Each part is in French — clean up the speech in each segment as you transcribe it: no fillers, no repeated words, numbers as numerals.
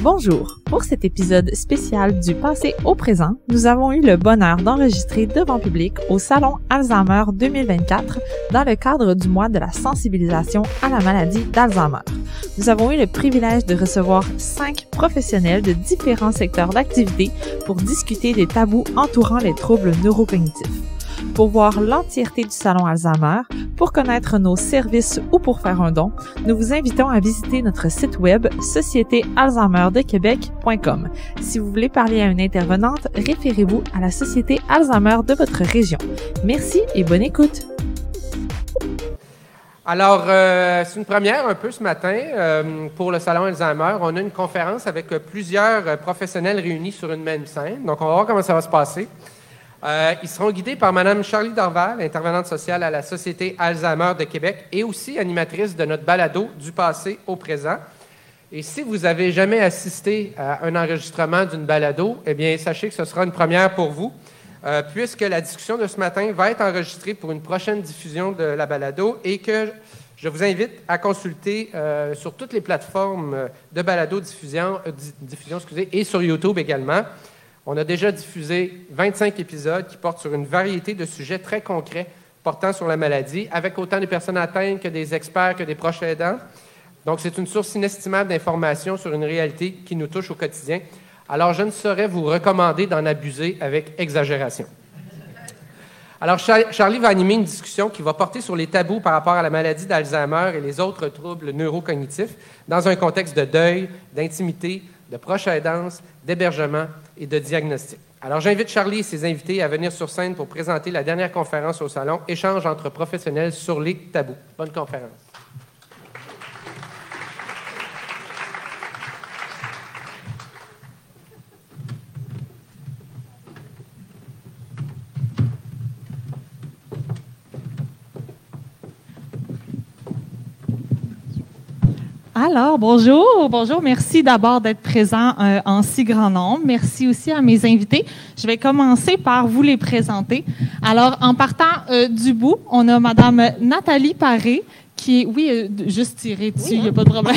Bonjour! Pour cet épisode spécial du passé au présent, nous avons eu le bonheur d'enregistrer devant public au Salon Alzheimer 2024 dans le cadre du mois de la sensibilisation à la maladie d'Alzheimer. Nous avons eu le privilège de recevoir 5 professionnels de différents secteurs d'activité pour discuter des tabous entourant les troubles neurocognitifs. Pour voir l'entièreté du Salon Alzheimer, pour connaître nos services ou pour faire un don, nous vous invitons à visiter notre site web sociétéalzheimerdequebec.com. Si vous voulez parler à une intervenante, référez-vous à la Société Alzheimer de votre région. Merci et bonne écoute! Alors, c'est une première un peu ce matin pour le Salon Alzheimer. On a une conférence avec plusieurs professionnels réunis sur une même scène. Donc, on va voir comment ça va se passer. Ils seront guidés par Mme Charlie Dorval, intervenante sociale à la Société Alzheimer de Québec et aussi animatrice de notre balado du passé au présent. Et si vous n'avez jamais assisté à un enregistrement d'une balado, eh bien, sachez que ce sera une première pour vous, puisque la discussion de ce matin va être enregistrée pour une prochaine diffusion de la balado et que je vous invite à consulter sur toutes les plateformes de balado-diffusion et sur YouTube également. On a déjà diffusé 25 épisodes qui portent sur une variété de sujets très concrets portant sur la maladie, avec autant de personnes atteintes que des experts, que des proches aidants. Donc, c'est une source inestimable d'informations sur une réalité qui nous touche au quotidien. Alors, je ne saurais vous recommander d'en abuser avec exagération. Alors, Charlie va animer une discussion qui va porter sur les tabous par rapport à la maladie d'Alzheimer et les autres troubles neurocognitifs dans un contexte de deuil, d'intimité, de proche aidance, d'hébergement et de diagnostic. Alors, j'invite Charlie et ses invités à venir sur scène pour présenter la dernière conférence au Salon, Échange entre professionnels sur les tabous. Bonne conférence. Alors, bonjour. Merci d'abord d'être présent en si grand nombre. Merci aussi à mes invités. Je vais commencer par vous les présenter. Alors, en partant du bout, on a Madame Nathalie Paré, qui est... juste tirer dessus, il n'y a pas de problème.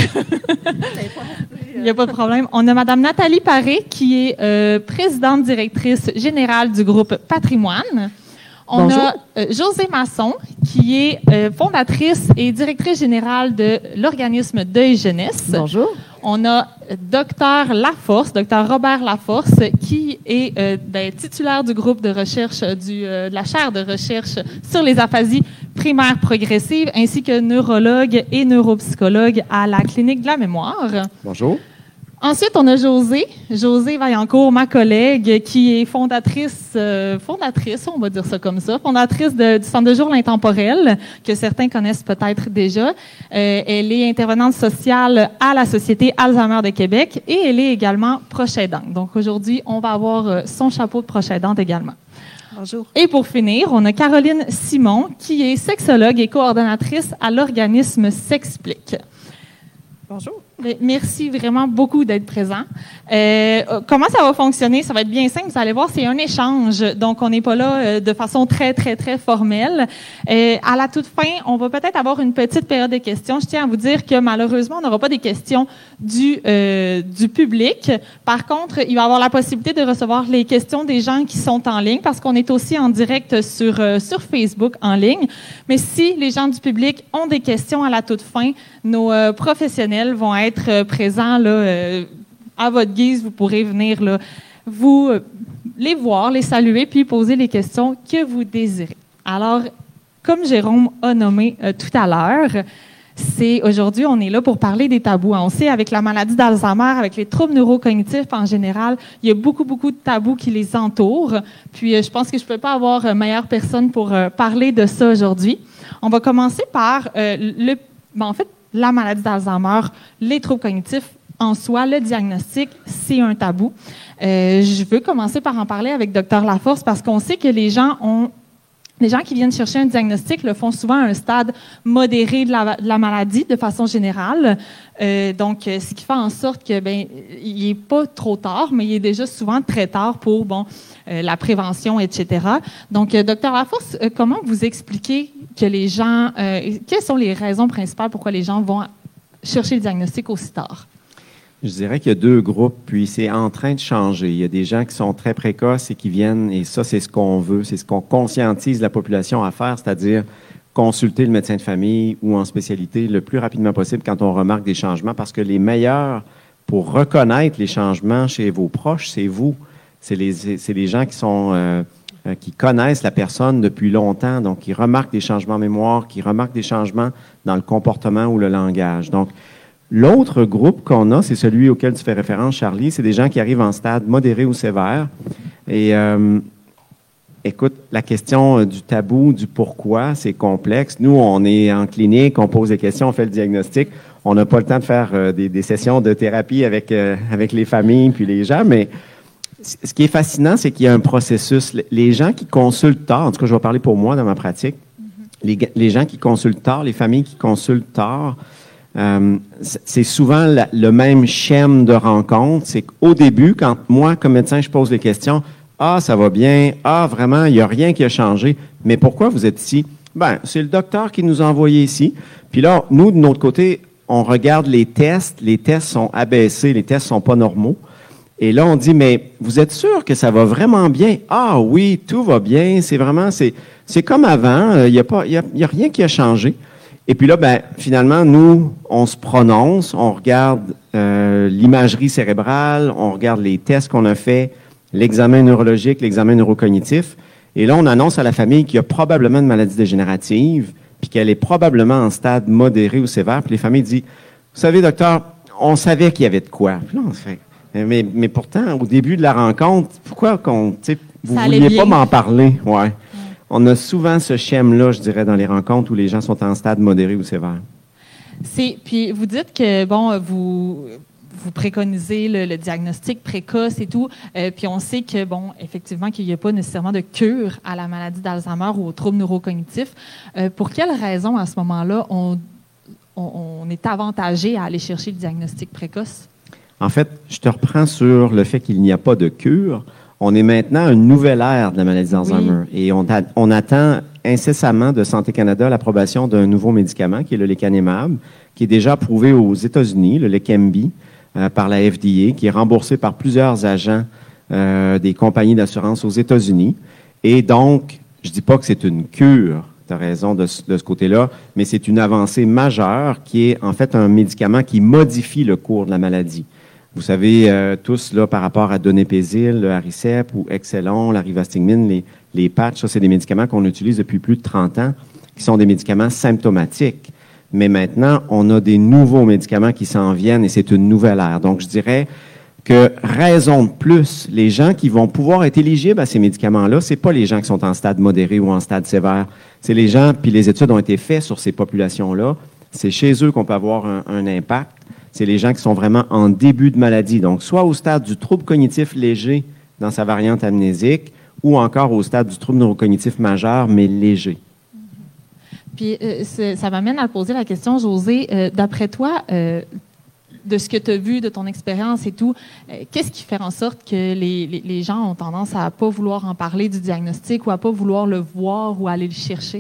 Il n'y a pas de problème. On a Madame Nathalie Paré, qui est présidente directrice générale du groupe Patrimoine. On a Josée Masson, qui est fondatrice et directrice générale de l'organisme Deuil Jeunesse. Bonjour. On a Dr Robert Laforce, qui est titulaire du groupe de recherche de la chaire de recherche sur les aphasies primaires progressives, ainsi que neurologue et neuropsychologue à la Clinique de la mémoire. Bonjour. Ensuite, on a Josée Vaillancourt, ma collègue, qui est fondatrice, on va dire ça comme ça, fondatrice du Centre de jour L'Intemporel, que certains connaissent peut-être déjà. Elle est intervenante sociale à la Société Alzheimer de Québec et elle est également proche aidante. Donc aujourd'hui, on va avoir son chapeau de proche aidante également. Bonjour. Et pour finir, on a Caroline Simon, qui est sexologue et coordonnatrice à l'organisme S'explique. Bonjour. Merci vraiment beaucoup d'être présent. Comment ça va fonctionner? Ça va être bien simple. Vous allez voir, c'est un échange. Donc, on n'est pas là de façon très, très, très formelle. À la toute fin, on va peut-être avoir une petite période de questions. Je tiens à vous dire que malheureusement, on n'aura pas des questions du public. Par contre, il va y avoir la possibilité de recevoir les questions des gens qui sont en ligne parce qu'on est aussi en direct sur Facebook en ligne. Mais si les gens du public ont des questions à la toute fin, nos professionnels vont être présents là, à votre guise. Vous pourrez venir là, vous les voir, les saluer, puis poser les questions que vous désirez. Alors, comme Jérôme a nommé tout à l'heure, aujourd'hui, on est là pour parler des tabous. On sait, avec la maladie d'Alzheimer, avec les troubles neurocognitifs en général, il y a beaucoup, beaucoup de tabous qui les entourent. Puis, je pense que je ne peux pas avoir meilleure personne pour parler de ça aujourd'hui. On va commencer par la maladie d'Alzheimer, les troubles cognitifs en soi, le diagnostic, c'est un tabou. Je veux commencer par en parler avec Dr Laforce parce qu'on sait que les gens qui viennent chercher un diagnostic le font souvent à un stade modéré de la maladie, de façon générale. Donc, ce qui fait en sorte que il n'est pas trop tard, mais il est déjà souvent très tard pour la prévention, etc. Donc, Dr Laforce, comment vous expliquez que les gens... quelles sont les raisons principales pourquoi les gens vont chercher le diagnostic aussi tard? Je dirais qu'il y a deux groupes, puis c'est en train de changer. Il y a des gens qui sont très précoces et qui viennent, et ça, c'est ce qu'on veut, c'est ce qu'on conscientise la population à faire, c'est-à-dire consulter le médecin de famille ou en spécialité le plus rapidement possible quand on remarque des changements, parce que les meilleurs pour reconnaître les changements chez vos proches, c'est vous. C'est les gens qui connaissent la personne depuis longtemps, donc qui remarquent des changements en mémoire, qui remarquent des changements dans le comportement ou le langage. Donc, l'autre groupe qu'on a, c'est celui auquel tu fais référence, Charlie, c'est des gens qui arrivent en stade modéré ou sévère. Et écoute, la question du tabou, du pourquoi, c'est complexe. Nous, on est en clinique, on pose des questions, on fait le diagnostic. On n'a pas le temps de faire des sessions de thérapie avec les familles puis les gens, mais ce qui est fascinant, c'est qu'il y a un processus. Les gens qui consultent tard, en tout cas, je vais parler pour moi dans ma pratique, les gens qui consultent tard, les familles qui consultent tard, c'est souvent le même schème de rencontre. C'est qu'au début, quand moi, comme médecin, je pose les questions, « Ah, ça va bien. Ah, vraiment, il n'y a rien qui a changé. Mais pourquoi vous êtes ici? » Ben, c'est le docteur qui nous a envoyés ici. Puis là, nous, de notre côté, on regarde les tests. Les tests sont abaissés. Les tests sont pas normaux. Et là, on dit, mais vous êtes sûr que ça va vraiment bien? Ah oui, tout va bien. C'est vraiment, c'est comme avant. Il y a rien qui a changé. Et puis là, ben, finalement, nous, on se prononce, on regarde l'imagerie cérébrale, on regarde les tests qu'on a faits, l'examen neurologique, l'examen neurocognitif. Et là, on annonce à la famille qu'il y a probablement une maladie dégénérative, puis qu'elle est probablement en stade modéré ou sévère. Puis les familles disent, vous savez, docteur, on savait qu'il y avait de quoi. Puis là, on se fait, mais pourtant, au début de la rencontre, pourquoi vous ne vouliez pas m'en parler? Ouais. On a souvent ce schème-là, je dirais, dans les rencontres où les gens sont en stade modéré ou sévère. Puis vous dites que, bon, vous préconisez le diagnostic précoce et tout, puis on sait que, bon, effectivement, qu'il n'y a pas nécessairement de cure à la maladie d'Alzheimer ou aux troubles neurocognitifs. Pour quelles raisons, à ce moment-là, on est avantagé à aller chercher le diagnostic précoce? En fait, je te reprends sur le fait qu'il n'y a pas de cure. On est maintenant à une nouvelle ère de la maladie d'Alzheimer. Oui. Et on attend incessamment de Santé Canada l'approbation d'un nouveau médicament qui est le lecanemab, qui est déjà approuvé aux États-Unis, le Leqembi, par la FDA, qui est remboursé par plusieurs agents des compagnies d'assurance aux États-Unis. Et donc, je dis pas que c'est une cure, tu as raison de ce côté-là, mais c'est une avancée majeure qui est en fait un médicament qui modifie le cours de la maladie. Vous savez tous, là, par rapport à Donepezil, le Aricept ou Exelon, la rivastigmine, les patchs, ça, c'est des médicaments qu'on utilise depuis plus de 30 ans, qui sont des médicaments symptomatiques. Mais maintenant, on a des nouveaux médicaments qui s'en viennent et c'est une nouvelle ère. Donc, je dirais que raison de plus, les gens qui vont pouvoir être éligibles à ces médicaments-là, c'est pas les gens qui sont en stade modéré ou en stade sévère. C'est les gens, puis les études ont été faites sur ces populations-là. C'est chez eux qu'on peut avoir un impact. C'est les gens qui sont vraiment en début de maladie, donc soit au stade du trouble cognitif léger dans sa variante amnésique ou encore au stade du trouble neurocognitif majeur, mais léger. Puis ça m'amène à poser la question, Josée, d'après toi, de ce que tu as vu, de ton expérience et tout, qu'est-ce qui fait en sorte que les gens ont tendance à ne pas vouloir en parler du diagnostic ou à ne pas vouloir le voir ou aller le chercher?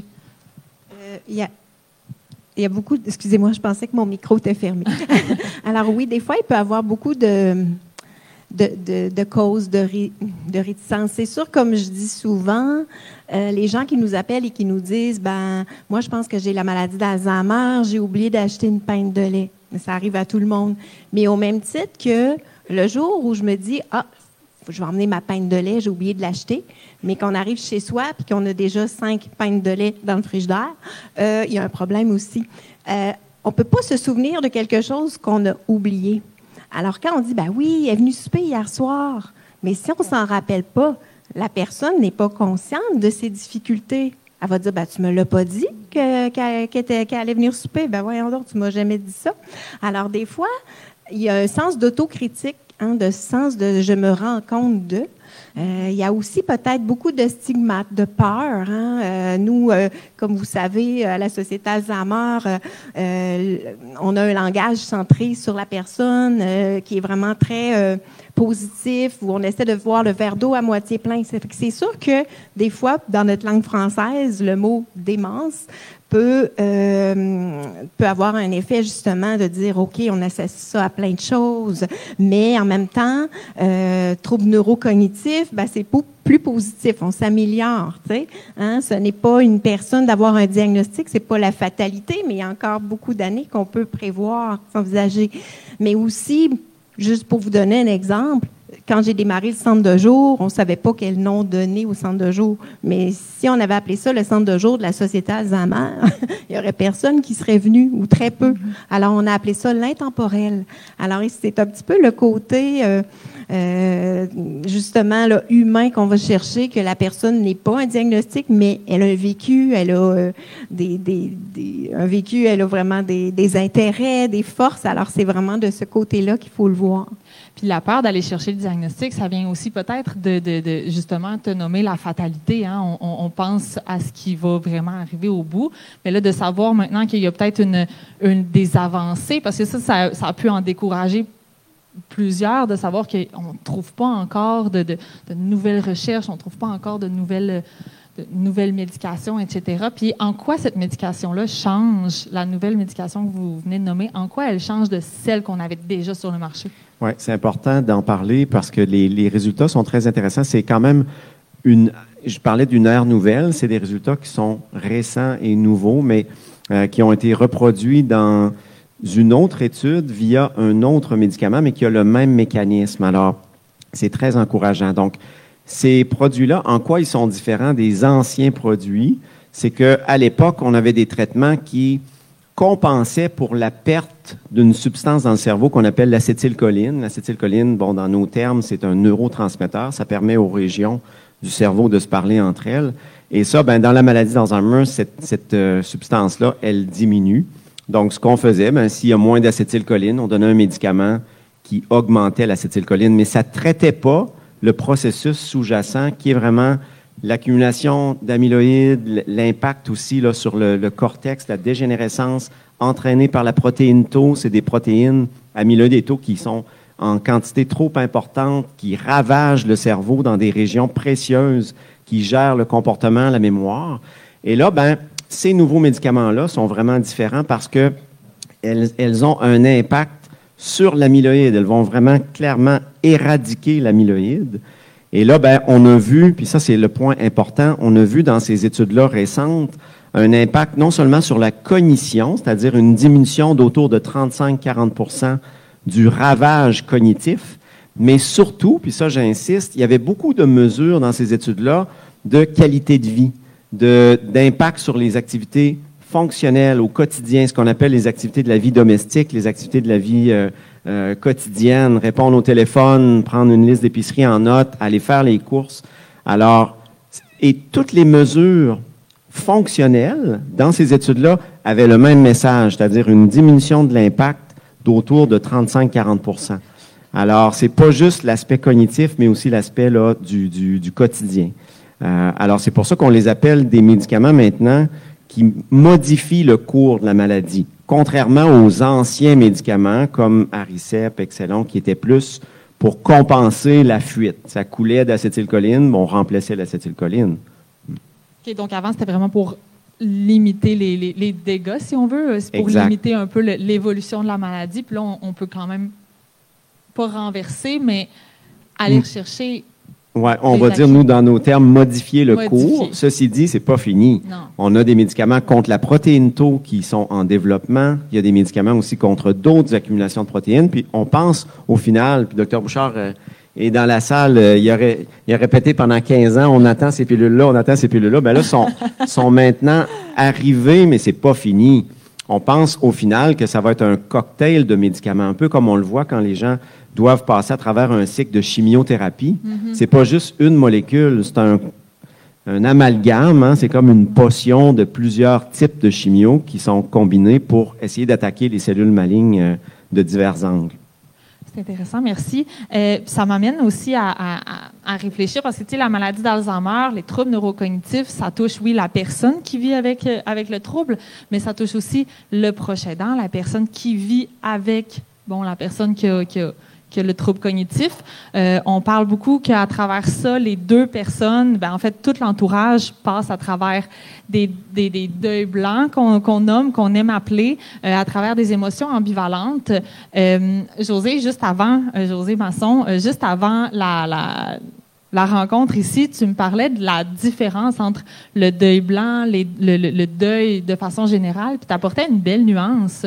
Il y a beaucoup... Excusez-moi, je pensais que mon micro était fermé. Alors oui, des fois, il peut y avoir beaucoup de causes de réticence. C'est sûr, comme je dis souvent, les gens qui nous appellent et qui nous disent, moi, je pense que j'ai la maladie d'Alzheimer, j'ai oublié d'acheter une pinte de lait. Ça arrive à tout le monde. Mais au même titre que le jour où je me dis, je vais emmener ma pinte de lait, j'ai oublié de l'acheter, mais qu'on arrive chez soi et qu'on a déjà 5 pintes de lait dans le frigidaire, il y a un problème aussi. On ne peut pas se souvenir de quelque chose qu'on a oublié. Alors, quand on dit, oui, elle est venue souper hier soir, mais si on ne s'en rappelle pas, la personne n'est pas consciente de ses difficultés. Elle va dire, tu me l'as pas dit qu'elle allait venir souper. Voyons donc, tu m'as jamais dit ça. Alors, des fois, il y a un sens d'autocritique, de sens de « je me rends compte de ». Il y a aussi peut-être beaucoup de stigmates, de peur. Nous, comme vous savez, à la Société Alzheimer, on a un langage centré sur la personne qui est vraiment très positif, où on essaie de voir le verre d'eau à moitié plein. C'est sûr que des fois, dans notre langue française, le mot « démence » peut avoir un effet justement de dire, OK, on associe ça à plein de choses, mais en même temps, troubles neurocognitifs, ben, c'est plus positif, on s'améliore, tu sais. Hein? Ce n'est pas une personne d'avoir un diagnostic, c'est pas la fatalité, mais il y a encore beaucoup d'années qu'on peut prévoir, s'envisager. Mais aussi, juste pour vous donner un exemple, quand j'ai démarré le centre de jour, on ne savait pas quel nom donner au centre de jour. Mais si on avait appelé ça le centre de jour de la Société Alzheimer, il n'y aurait personne qui serait venu, ou très peu. Alors, on a appelé ça l'intemporel. Alors, c'est un petit peu le côté, justement, là, humain qu'on va chercher, que la personne n'est pas un diagnostic, mais elle a un vécu, elle a un vécu, elle a vraiment des intérêts, des forces. Alors, c'est vraiment de ce côté-là qu'il faut le voir. Puis la peur d'aller chercher le diagnostic, ça vient aussi peut-être de justement te nommer la fatalité. Hein? On pense à ce qui va vraiment arriver au bout. Mais là, de savoir maintenant qu'il y a peut-être des avancées, parce que ça a pu en décourager plusieurs, de savoir qu'on ne trouve pas encore de nouvelles recherches, on ne trouve pas encore de nouvelles médications, etc. Puis en quoi cette médication-là change, la nouvelle médication que vous venez de nommer, en quoi elle change de celle qu'on avait déjà sur le marché? Oui, c'est important d'en parler parce que les résultats sont très intéressants. C'est quand même je parlais d'une ère nouvelle, c'est des résultats qui sont récents et nouveaux, mais qui ont été reproduits dans une autre étude via un autre médicament, mais qui a le même mécanisme. Alors, c'est très encourageant. Donc, ces produits-là, en quoi ils sont différents des anciens produits? C'est qu'à l'époque, on avait des traitements qui compensaient pour la perte d'une substance dans le cerveau qu'on appelle l'acétylcholine. L'acétylcholine, bon, dans nos termes, c'est un neurotransmetteur. Ça permet aux régions du cerveau de se parler entre elles. Et ça, ben, dans la maladie d'Alzheimer, cette substance-là, elle diminue. Donc, ce qu'on faisait, ben, s'il y a moins d'acétylcholine, on donnait un médicament qui augmentait l'acétylcholine, mais ça ne traitait pas le processus sous-jacent qui est vraiment l'accumulation d'amyloïdes, l'impact aussi là, sur le cortex, la dégénérescence entraînée par la protéine tau. C'est des protéines amyloïdes et tau qui sont en quantité trop importante, qui ravagent le cerveau dans des régions précieuses, qui gèrent le comportement, la mémoire. Et là, ben, ces nouveaux médicaments-là sont vraiment différents parce que elles ont un impact sur l'amyloïde. Elles vont vraiment clairement éradiquer l'amyloïde. Et là, ben, on a vu, puis ça c'est le point important, on a vu dans ces études-là récentes un impact non seulement sur la cognition, c'est-à-dire une diminution d'autour de 35-40% du ravage cognitif, mais surtout, puis ça j'insiste, il y avait beaucoup de mesures dans ces études-là de qualité de vie, d'impact sur les activités fonctionnelles au quotidien, ce qu'on appelle les activités de la vie domestique, les activités de la vie quotidienne, répondre au téléphone, prendre une liste d'épicerie en note, aller faire les courses. Alors, et toutes les mesures fonctionnelles dans ces études-là avaient le même message, c'est-à-dire une diminution de l'impact d'autour de 35-40%. Alors, c'est pas juste l'aspect cognitif, mais aussi l'aspect là du quotidien. Alors, c'est pour ça qu'on les appelle des médicaments maintenant qui modifient le cours de la maladie, contrairement aux anciens médicaments comme Aricept, Excelon, qui étaient plus pour compenser la fuite. Ça coulait d'acétylcholine, on remplaçait l'acétylcholine. OK, donc avant, c'était vraiment pour limiter les dégâts, si on veut. C'est pour limiter un peu l'évolution de la maladie. Puis là, on peut quand même pas renverser, mais aller chercher... Oui, on va dire, nous, dans nos termes, modifier le cours. Ceci dit, c'est pas fini. Non. On a des médicaments contre la protéine tau qui sont en développement. Il y a des médicaments aussi contre d'autres accumulations de protéines. Puis on pense, au final, puis Dr Bouchard est dans la salle, il a répété pendant 15 ans, on attend ces pilules-là, on attend ces pilules-là. Bien là, sont maintenant arrivés, mais c'est pas fini. On pense, au final, que ça va être un cocktail de médicaments, un peu comme on le voit quand les gens doivent passer à travers un cycle de chimiothérapie. Mm-hmm. C'est pas juste une molécule, c'est un amalgame, hein? C'est comme une potion de plusieurs types de chimio qui sont combinés pour essayer d'attaquer les cellules malignes de divers angles. C'est intéressant, merci. Ça m'amène aussi à réfléchir parce que, tu sais, la maladie d'Alzheimer, les troubles neurocognitifs, ça touche, oui, la personne qui vit avec le trouble, mais ça touche aussi le proche aidant, la personne qui vit avec, bon, la personne qui a que le trouble cognitif. On parle beaucoup qu'à travers ça, les deux personnes, en fait, tout l'entourage passe à travers des deuils blancs qu'on nomme, qu'on aime appeler, à travers des émotions ambivalentes. José Masson, juste avant la rencontre ici, tu me parlais de la différence entre le deuil blanc, le deuil de façon générale, puis tu apportais une belle nuance.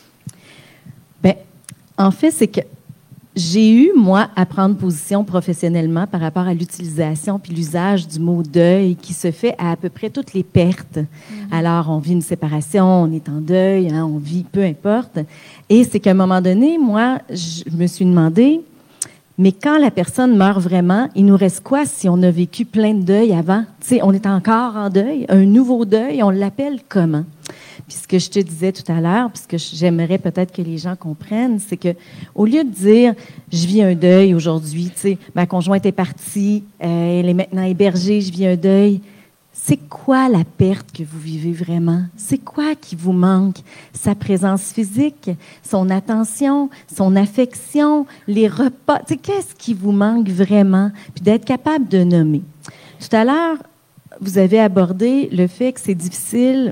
Bien, en fait, c'est que j'ai eu, moi, à prendre position professionnellement par rapport à l'utilisation puis l'usage du mot deuil qui se fait à peu près toutes les pertes. Alors, on vit une séparation, on est en deuil, on vit, peu importe. Et c'est qu'à un moment donné, moi, je me suis demandé, mais quand la personne meurt vraiment, il nous reste quoi si on a vécu plein de deuil avant? Tu sais, on est encore en deuil, un nouveau deuil, on l'appelle comment? Puis ce que je te disais tout à l'heure, puis ce que j'aimerais peut-être que les gens comprennent, c'est que au lieu de dire je vis un deuil aujourd'hui, tu sais, ma conjointe est partie, elle est maintenant hébergée, je vis un deuil. C'est quoi la perte que vous vivez vraiment? C'est quoi qui vous manque? Sa présence physique, son attention, son affection, les repas. Tu sais, qu'est-ce qui vous manque vraiment? Puis d'être capable de nommer. Tout à l'heure, vous avez abordé le fait que c'est difficile,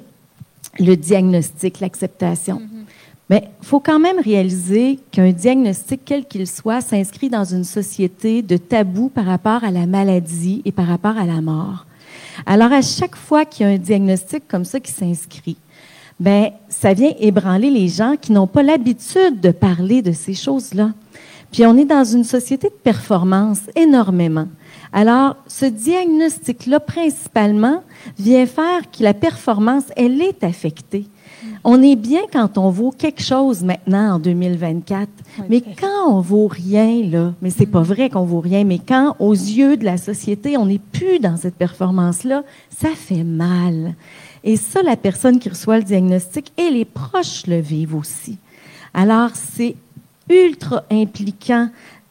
le diagnostic, l'acceptation. Mais il faut quand même réaliser qu'un diagnostic, quel qu'il soit, s'inscrit dans une société de tabous par rapport à la maladie et par rapport à la mort. Alors, à chaque fois qu'il y a un diagnostic comme ça qui s'inscrit, bien, ça vient ébranler les gens qui n'ont pas l'habitude de parler de ces choses-là. Puis, on est dans une société de performance énormément. Alors, ce diagnostic-là, principalement, vient faire que la performance, elle est affectée. On est bien quand on vaut quelque chose maintenant, en 2024. Oui, mais quand on vaut rien, là, mais c'est pas vrai qu'on vaut rien, mais quand, aux yeux de la société, on n'est plus dans cette performance-là, ça fait mal. Et ça, la personne qui reçoit le diagnostic et les proches le vivent aussi. Alors, c'est ultra impliquant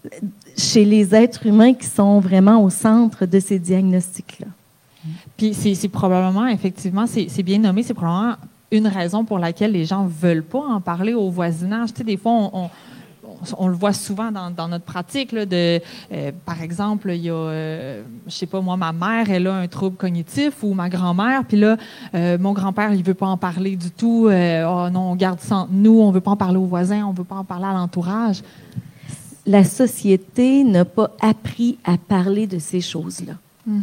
chez les êtres humains qui sont vraiment au centre de ces diagnostics-là. Puis c'est probablement, effectivement, c'est bien nommé, c'est probablement une raison pour laquelle les gens ne veulent pas en parler au voisinage. Tu sais, des fois, on le voit souvent dans notre pratique. Là, par exemple, il y a, je sais pas, moi, ma mère, elle a un trouble cognitif ou ma grand-mère, puis là, mon grand-père, il veut pas en parler du tout. Oh non, on garde ça entre nous, on veut pas en parler aux voisins, on veut pas en parler à l'entourage. La société n'a pas appris à parler de ces choses-là.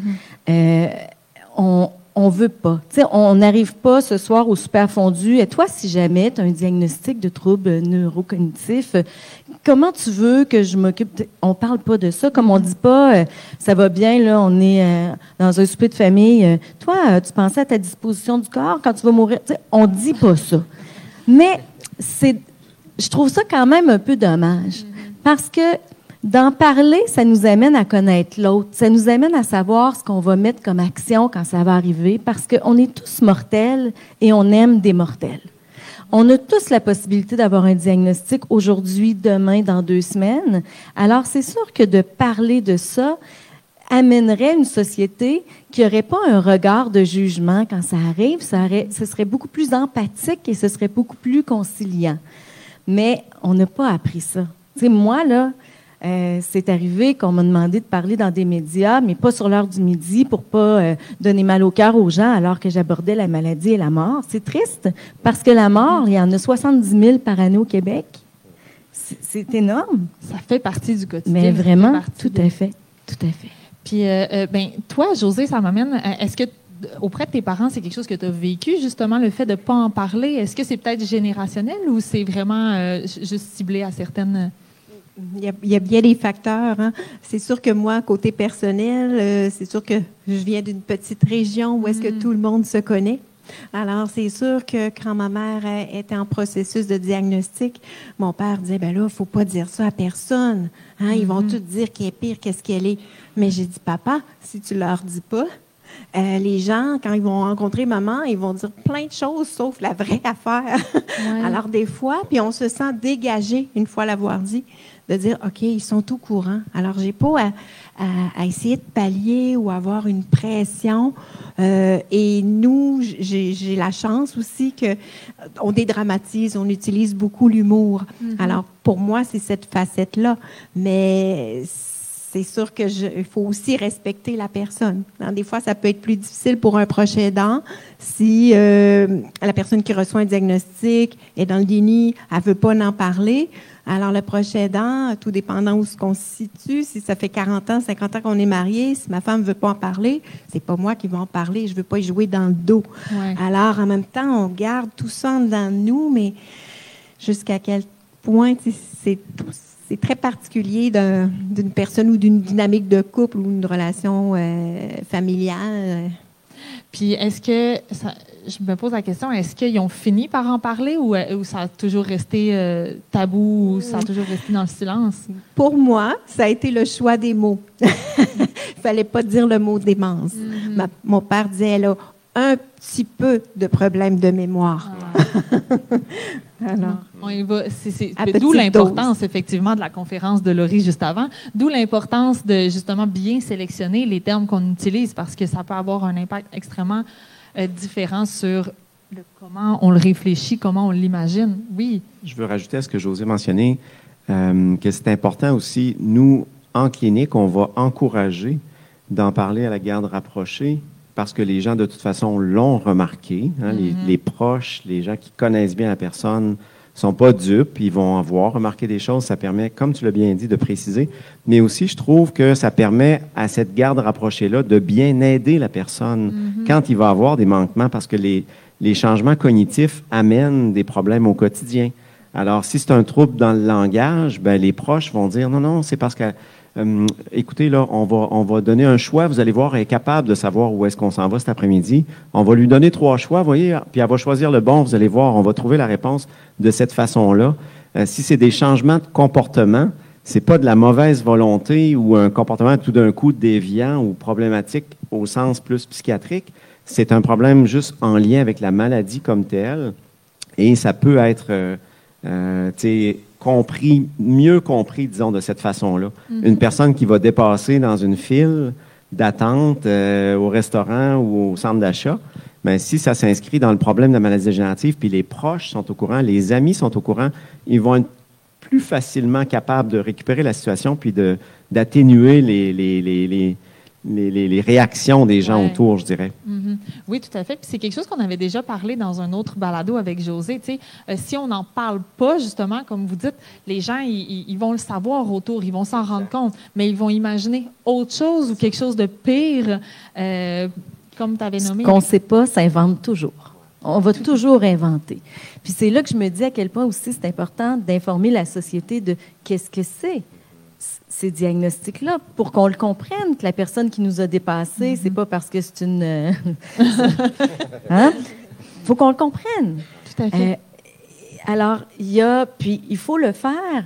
On veut pas. Tu sais, on n'arrive pas ce soir au super fondu. Et toi, si jamais tu as un diagnostic de trouble neurocognitif, comment tu veux que je m'occupe? On parle pas de ça. Comme on dit pas, ça va bien, là, on est dans un souper de famille. Toi, tu pensais à ta disposition du corps quand tu vas mourir? Tu sais, on dit pas ça. Mais je trouve ça quand même un peu dommage. Parce que d'en parler, ça nous amène à connaître l'autre. Ça nous amène à savoir ce qu'on va mettre comme action quand ça va arriver, parce qu'on est tous mortels et on aime des mortels. On a tous la possibilité d'avoir un diagnostic aujourd'hui, demain, dans 2 semaines. Alors, c'est sûr que de parler de ça amènerait une société qui n'aurait pas un regard de jugement quand ça arrive. Ce serait beaucoup plus empathique et ce serait beaucoup plus conciliant. Mais on n'a pas appris ça. Tu sais, moi, là, c'est arrivé qu'on m'a demandé de parler dans des médias, mais pas sur l'heure du midi pour pas donner mal au cœur aux gens alors que j'abordais la maladie et la mort. C'est triste parce que la mort, il y en a 70 000 par année au Québec. C'est énorme. Ça fait partie du quotidien. Mais vraiment, tout à fait. Puis, toi, José, ça m'amène. Est-ce que auprès de tes parents, c'est quelque chose que tu as vécu, justement, le fait de ne pas en parler? Est-ce que c'est peut-être générationnel ou c'est vraiment juste ciblé à certaines... Il y a bien des facteurs. Hein. C'est sûr que moi, côté personnel, c'est sûr que je viens d'une petite région où est-ce que tout le monde se connaît. Alors, c'est sûr que quand ma mère était en processus de diagnostic, mon père disait, ben là, il ne faut pas dire ça à personne. Hein? Ils vont tous dire qu'elle est pire qu'est-ce qu'elle est. Mais j'ai dit, papa, si tu leur dis pas, les gens, quand ils vont rencontrer maman, ils vont dire plein de choses, sauf la vraie affaire. Ouais. Alors, des fois, puis on se sent dégagé, une fois l'avoir dit, de dire, OK, ils sont au courant. Alors, j'ai pas à essayer de pallier ou avoir une pression. Et nous, j'ai la chance aussi qu'on dédramatise, on utilise beaucoup l'humour. Alors, pour moi, c'est cette facette-là. Mais c'est sûr qu'il faut aussi respecter la personne. Des fois, ça peut être plus difficile pour un proche aidant si la personne qui reçoit un diagnostic est dans le déni, elle ne veut pas en parler. Alors, le proche aidant, tout dépendant où on se situe, si ça fait 40 ans, 50 ans qu'on est mariés, si ma femme ne veut pas en parler, c'est pas moi qui vais en parler, je ne veux pas y jouer dans le dos. Ouais. Alors, en même temps, on garde tout ça dans nous, mais jusqu'à quel point c'est très particulier d'une personne ou d'une dynamique de couple ou d'une relation familiale. Puis, est-ce que, je me pose la question, est-ce qu'ils ont fini par en parler ou ça a toujours resté tabou ou ça a toujours resté dans le silence? Pour moi, ça a été le choix des mots. Il ne fallait pas dire le mot démence. Mon père disait, elle a un petit peu de problème de mémoire. Alors, d'où l'importance, effectivement, de la conférence de Laurie juste avant, d'où l'importance de, justement, bien sélectionner les termes qu'on utilise parce que ça peut avoir un impact extrêmement différent sur comment on le réfléchit, comment on l'imagine. Oui. Je veux rajouter à ce que Josée mentionnait, que c'est important aussi, nous, en clinique, on va encourager d'en parler à la garde rapprochée parce que les gens, de toute façon, l'ont remarqué. Hein, les proches, les gens qui connaissent bien la personne, ne sont pas dupes. Ils vont avoir remarqué des choses. Ça permet, comme tu l'as bien dit, de préciser. Mais aussi, je trouve que ça permet à cette garde rapprochée-là de bien aider la personne quand il va avoir des manquements parce que les changements cognitifs amènent des problèmes au quotidien. Alors, si c'est un trouble dans le langage, ben, les proches vont dire non, c'est parce que écoutez, là, on va donner un choix. Vous allez voir, elle est capable de savoir où est-ce qu'on s'en va cet après-midi. On va lui donner 3 choix, voyez, puis elle va choisir le bon. Vous allez voir, on va trouver la réponse de cette façon-là. Si c'est des changements de comportement, c'est pas de la mauvaise volonté ou un comportement tout d'un coup déviant ou problématique au sens plus psychiatrique. C'est un problème juste en lien avec la maladie comme telle. Et ça peut être, mieux compris, disons, de cette façon-là. Une personne qui va dépasser dans une file d'attente au restaurant ou au centre d'achat, bien, si ça s'inscrit dans le problème de la maladie dégénérative, puis les proches sont au courant, les amis sont au courant, ils vont être plus facilement capables de récupérer la situation puis d'atténuer les réactions des gens autour, je dirais. Oui, tout à fait. Puis c'est quelque chose qu'on avait déjà parlé dans un autre balado avec Josée. Tu sais, si on n'en parle pas, justement, comme vous dites, les gens, ils vont le savoir autour, ils vont s'en rendre compte, mais ils vont imaginer autre chose ou quelque chose de pire, comme tu avais nommé. Ce qu'on ne sait pas s'invente toujours. On va toujours inventer. Puis c'est là que je me dis à quel point aussi c'est important d'informer la société de qu'est-ce que c'est ces diagnostics-là, pour qu'on le comprenne, que la personne qui nous a dépassés, c'est pas parce que c'est une... Hein? Faut qu'on le comprenne. Tout à fait. Alors, puis il faut le faire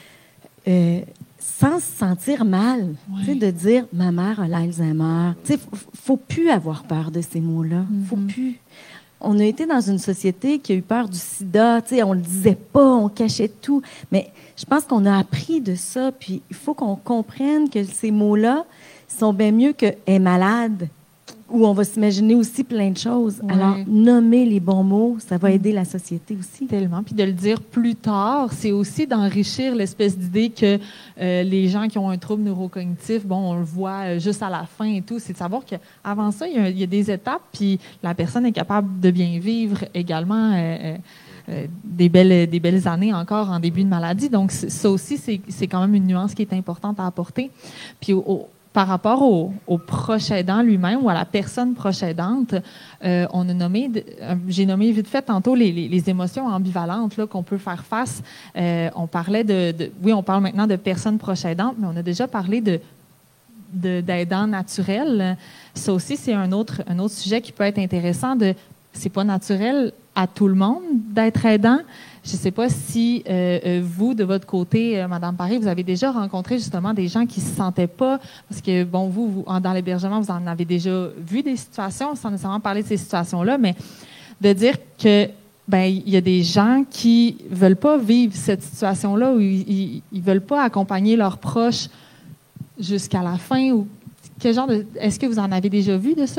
sans se sentir mal, de dire « ma mère a l'Alzheimer ». Faut plus avoir peur de ces mots-là. Faut plus. On a été dans une société qui a eu peur du sida, on le disait pas, on cachait tout, mais je pense qu'on a appris de ça, puis il faut qu'on comprenne que ces mots-là sont bien mieux que « est malade », où on va s'imaginer aussi plein de choses. Ouais. Alors, nommer les bons mots, ça va aider la société aussi. Tellement. Puis de le dire plus tard, c'est aussi d'enrichir l'espèce d'idée que les gens qui ont un trouble neurocognitif, bon, on le voit juste à la fin et tout. C'est de savoir qu'avant ça, il y a des étapes, puis la personne est capable de bien vivre également des belles années encore en début de maladie. Donc, ça aussi, c'est quand même une nuance qui est importante à apporter. Puis par rapport au proche aidant lui-même ou à la personne proche aidante, on a j'ai nommé vite fait tantôt les émotions ambivalentes là, qu'on peut faire face. On parlait oui, on parle maintenant de personnes proche aidantes, mais on a déjà parlé d'aidants naturels. Ça aussi, c'est un autre sujet qui peut être intéressant. C'est pas naturel à tout le monde d'être aidant. Je ne sais pas si vous, de votre côté, Mme Paré, vous avez déjà rencontré justement des gens qui ne se sentaient pas, parce que, bon, vous dans l'hébergement, vous en avez déjà vu des situations, sans nécessairement parler de ces situations-là, mais de dire que il y a des gens qui veulent pas vivre cette situation-là où ils veulent pas accompagner leurs proches jusqu'à la fin. Ou est-ce que vous en avez déjà vu de ça?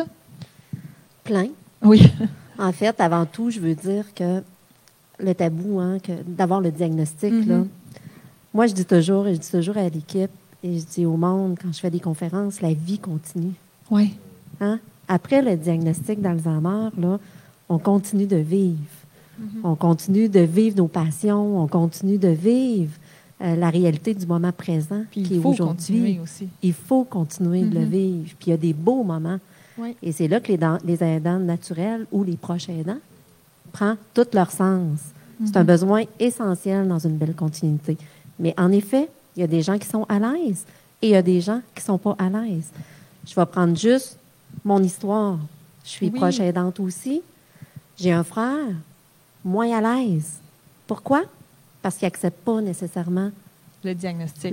Plein. Oui. En fait, avant tout, je veux dire que le tabou, d'avoir le diagnostic, là, moi, je dis toujours à l'équipe et je dis au monde, quand je fais des conférences, la vie continue. Oui. Hein? Après le diagnostic d'Alzheimer, là, on continue de vivre. On continue de vivre nos passions, on continue de vivre la réalité du moment présent Puis qui il est faut aujourd'hui. continuer aussi. Il faut continuer de le vivre. Puis il y a des beaux moments. Oui. Et c'est là que les aidants naturels ou les proches aidants prennent tout leur sens. C'est un besoin essentiel dans une belle continuité. Mais en effet, il y a des gens qui sont à l'aise et il y a des gens qui ne sont pas à l'aise. Je vais prendre juste mon histoire. Je suis proche aidante aussi. J'ai un frère moins à l'aise. Pourquoi? Parce qu'il n'accepte pas nécessairement le diagnostic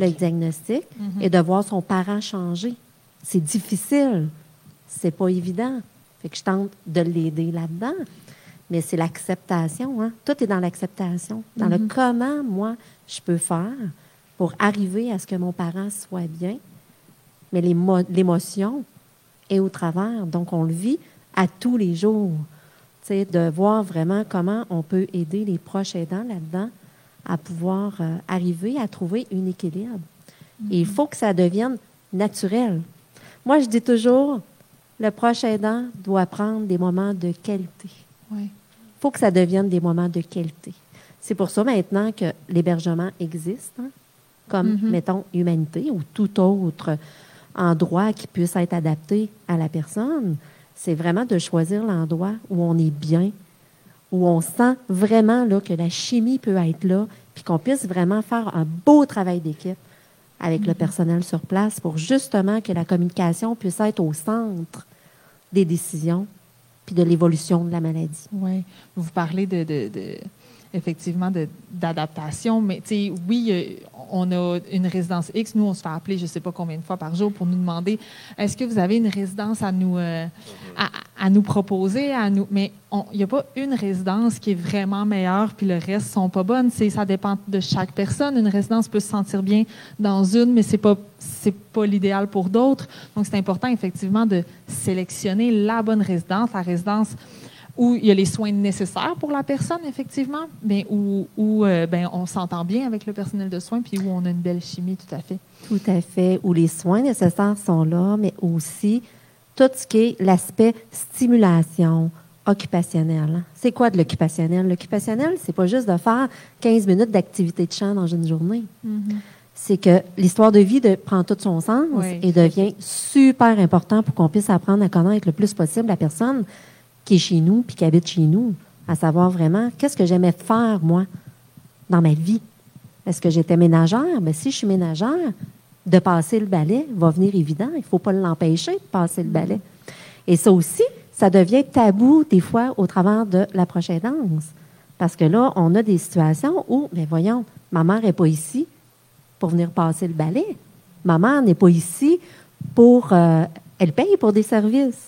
et de voir son parent changer. C'est difficile. C'est pas évident. Fait que je tente de l'aider là-dedans. Mais c'est l'acceptation. Hein? Tout est dans l'acceptation. Dans le comment, moi, je peux faire pour arriver à ce que mon parent soit bien. Mais l'émotion est au travers. Donc, on le vit à tous les jours. T'sais, de voir vraiment comment on peut aider les proches aidants là-dedans à pouvoir arriver à trouver un équilibre. Et il faut que ça devienne naturel. Moi, je dis toujours, le proche aidant doit prendre des moments de qualité. Oui. Il faut que ça devienne des moments de qualité. C'est pour ça maintenant que l'hébergement existe, comme, mettons, Humanité ou tout autre endroit qui puisse être adapté à la personne. C'est vraiment de choisir l'endroit où on est bien, où on sent vraiment là, que la chimie peut être là, puis qu'on puisse vraiment faire un beau travail d'équipe avec le personnel sur place pour justement que la communication puisse être au centre des décisions puis de l'évolution de la maladie. Oui. Vous parlez effectivement d'adaptation, mais oui, on a une résidence X. Nous, on se fait appeler je ne sais pas combien de fois par jour pour nous demander est-ce que vous avez une résidence à nous proposer, mais il n'y a pas une résidence qui est vraiment meilleure puis le reste ne sont pas bonnes. Ça dépend de chaque personne. Une résidence peut se sentir bien dans une, mais c'est pas l'idéal pour d'autres. Donc, c'est important effectivement de sélectionner la bonne résidence, la résidence où il y a les soins nécessaires pour la personne, effectivement, mais où on s'entend bien avec le personnel de soins, puis où on a une belle chimie, tout à fait. Tout à fait. Où les soins nécessaires sont là, mais aussi tout ce qui est l'aspect stimulation occupationnelle. C'est quoi de l'occupationnel? L'occupationnel, c'est pas juste de faire 15 minutes d'activité de chant dans une journée. C'est que l'histoire de vie prend tout son sens et devient super important pour qu'on puisse apprendre à connaître le plus possible la personne qui est chez nous puis qui habite chez nous, à savoir vraiment qu'est-ce que j'aimais faire, moi, dans ma vie. Est-ce que j'étais ménagère? Bien, si je suis ménagère, de passer le balai va venir évident. Il ne faut pas l'empêcher de passer le balai. Et ça aussi, ça devient tabou des fois au travers de la prochaine danse. Parce que là, on a des situations où, bien voyons, ma mère n'est pas ici pour venir passer le balai. Ma mère n'est pas ici pour... elle paye pour des services.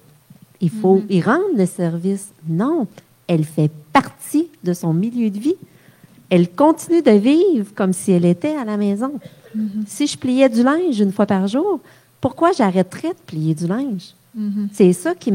Il faut y rendre le service. Non, elle fait partie de son milieu de vie. Elle continue de vivre comme si elle était à la maison. Si je pliais du linge une fois par jour, pourquoi j'arrêterais de plier du linge? C'est ça qui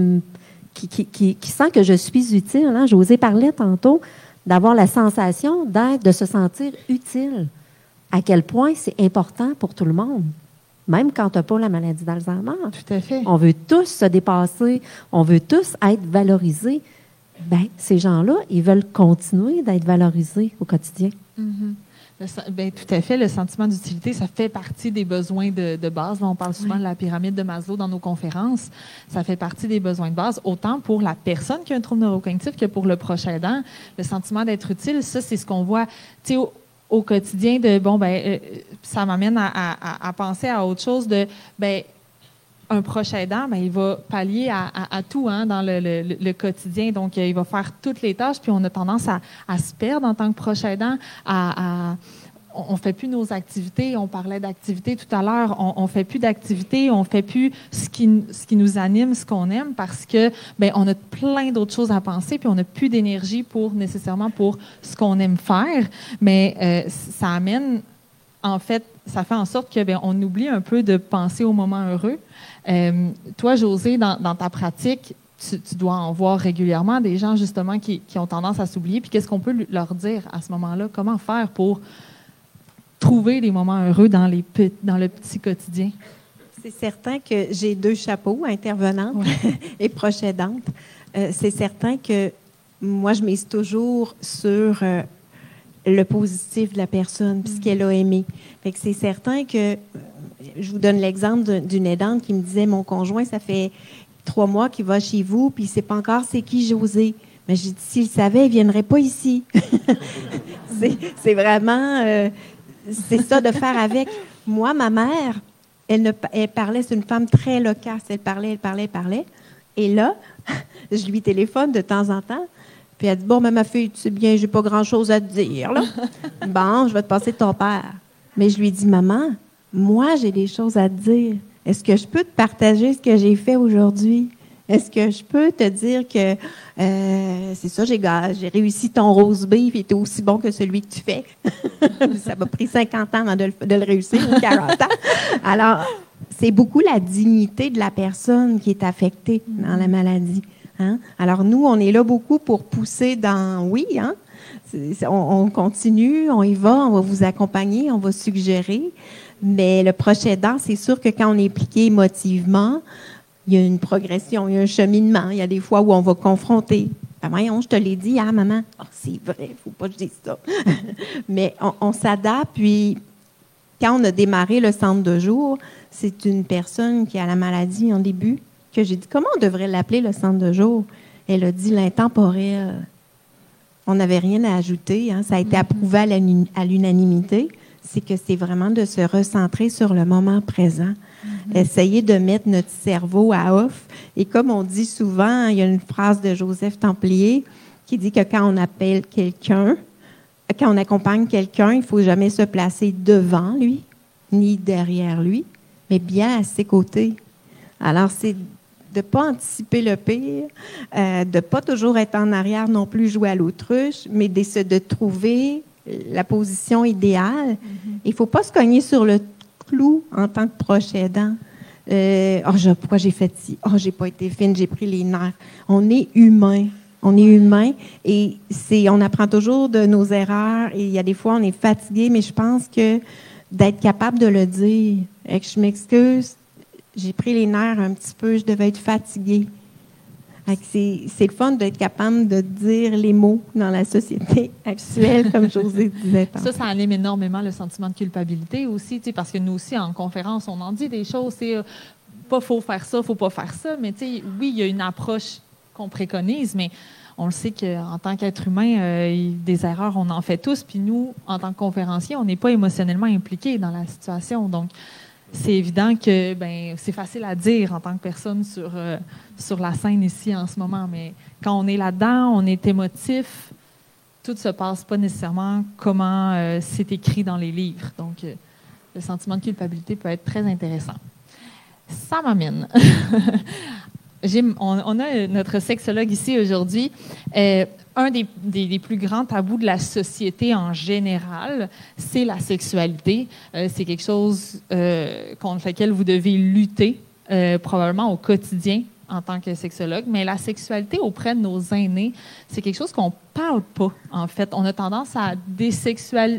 sent que je suis utile. Hein? Je vous ai parlé tantôt d'avoir la sensation de se sentir utile. À quel point c'est important pour tout le monde. Même quand tu n'as pas la maladie d'Alzheimer. Tout à fait. On veut tous se dépasser. On veut tous être valorisés. Bien, ces gens-là, ils veulent continuer d'être valorisés au quotidien. Bien, tout à fait. Le sentiment d'utilité, ça fait partie des besoins de base. Là, on parle souvent de la pyramide de Maslow dans nos conférences. Ça fait partie des besoins de base, autant pour la personne qui a un trouble neurocognitif que pour le proche aidant. Le sentiment d'être utile, ça, c'est ce qu'on voit au quotidien de ça m'amène à penser à autre chose de un proche aidant, il va pallier à tout dans le quotidien. Donc, il va faire toutes les tâches, puis on a tendance à se perdre en tant que proche aidant, on fait plus nos activités. On parlait d'activités tout à l'heure. On fait plus d'activités. On fait plus ce qui nous anime, ce qu'on aime, parce que on a plein d'autres choses à penser, puis on n'a plus d'énergie nécessairement pour ce qu'on aime faire. Mais ça amène, en fait, ça fait en sorte que on oublie un peu de penser au moment heureux. Toi, Josée, dans ta pratique, tu dois en voir régulièrement des gens, justement, qui ont tendance à s'oublier. Puis qu'est-ce qu'on peut leur dire à ce moment-là? Comment faire pour trouver des moments heureux dans le petit quotidien? C'est certain que j'ai 2 chapeaux, intervenante et proche aidante. C'est certain que moi, je mise toujours sur le positif de la personne, puis ce qu'elle a aimé. Fait que c'est certain que, je vous donne l'exemple d'une aidante qui me disait, mon conjoint, ça fait 3 mois qu'il va chez vous, puis il ne sait pas encore c'est qui Josée. Mais j'ai dit, s'il savait, il ne viendrait pas ici. C'est vraiment... c'est ça de faire avec. Moi, ma mère, elle parlait, c'est une femme très loquace. Elle parlait. Et là, je lui téléphone de temps en temps. Puis elle dit, bon, ma fille, tu sais bien, j'ai pas grand-chose à te dire, là. Bon, je vais te passer ton père. Mais je lui dis, maman, moi, j'ai des choses à te dire. Est-ce que je peux te partager ce que j'ai fait aujourd'hui? Est-ce que je peux te dire que c'est ça, j'ai réussi ton rose beef, il était aussi bon que celui que tu fais. Ça m'a pris 50 ans avant de le réussir, ou 40 ans. Alors, c'est beaucoup la dignité de la personne qui est affectée dans la maladie. Hein? Alors, nous, on est là beaucoup pour pousser dans... Oui, hein? On continue, on y va, on va vous accompagner, on va suggérer. Mais le proche aidant, c'est sûr que quand on est impliqué émotivement, il y a une progression, il y a un cheminement. Il y a des fois où on va confronter. Ben voyons, je te l'ai dit, hein, maman? Oh, c'est vrai, il ne faut pas que je dise ça. Mais on s'adapte. Puis, quand on a démarré le centre de jour, c'est une personne qui a la maladie en début que j'ai dit, comment on devrait l'appeler, le centre de jour? Elle a dit l'intemporel. On n'avait rien à ajouter. Hein. Ça a été approuvé à l'unanimité. C'est que c'est vraiment de se recentrer sur le moment présent. Essayer de mettre notre cerveau à off. Et comme on dit souvent, il y a une phrase de Joseph Templier qui dit que quand on appelle quelqu'un, quand on accompagne quelqu'un, il ne faut jamais se placer devant lui, ni derrière lui, mais bien à ses côtés. Alors, c'est de ne pas anticiper le pire, de ne pas toujours être en arrière non plus, jouer à l'autruche, mais de trouver la position idéale. Il ne faut pas se cogner sur le clou en tant que proche aidant. Pourquoi j'ai fait ci? J'ai pas été fine, j'ai pris les nerfs. On est humain. On est humain et on apprend toujours de nos erreurs et il y a des fois, on est fatigué, mais je pense que d'être capable de le dire, et que je m'excuse, j'ai pris les nerfs un petit peu, je devais être fatiguée. C'est le fun d'être capable de dire les mots dans la société actuelle, comme Josée disait. Ça anime énormément le sentiment de culpabilité aussi, parce que nous aussi, en conférence, on en dit des choses. C'est pas faut faire ça, faut pas faire ça, mais oui, il y a une approche qu'on préconise, mais on le sait qu'en tant qu'être humain, des erreurs, on en fait tous. Puis nous, en tant que conférenciers, on n'est pas émotionnellement impliqués dans la situation. Donc, c'est évident que c'est facile à dire en tant que personne sur la scène ici en ce moment, mais quand on est là-dedans, on est émotif, tout ne se passe pas nécessairement comment c'est écrit dans les livres. Donc, le sentiment de culpabilité peut être très intéressant. Ça m'amène. On a notre sexologue ici aujourd'hui. Un des plus grands tabous de la société en général, c'est la sexualité. C'est quelque chose contre lequel vous devez lutter probablement au quotidien en tant que sexologue. Mais la sexualité auprès de nos aînés, c'est quelque chose qu'on parle pas, en fait. On a tendance à désexualiser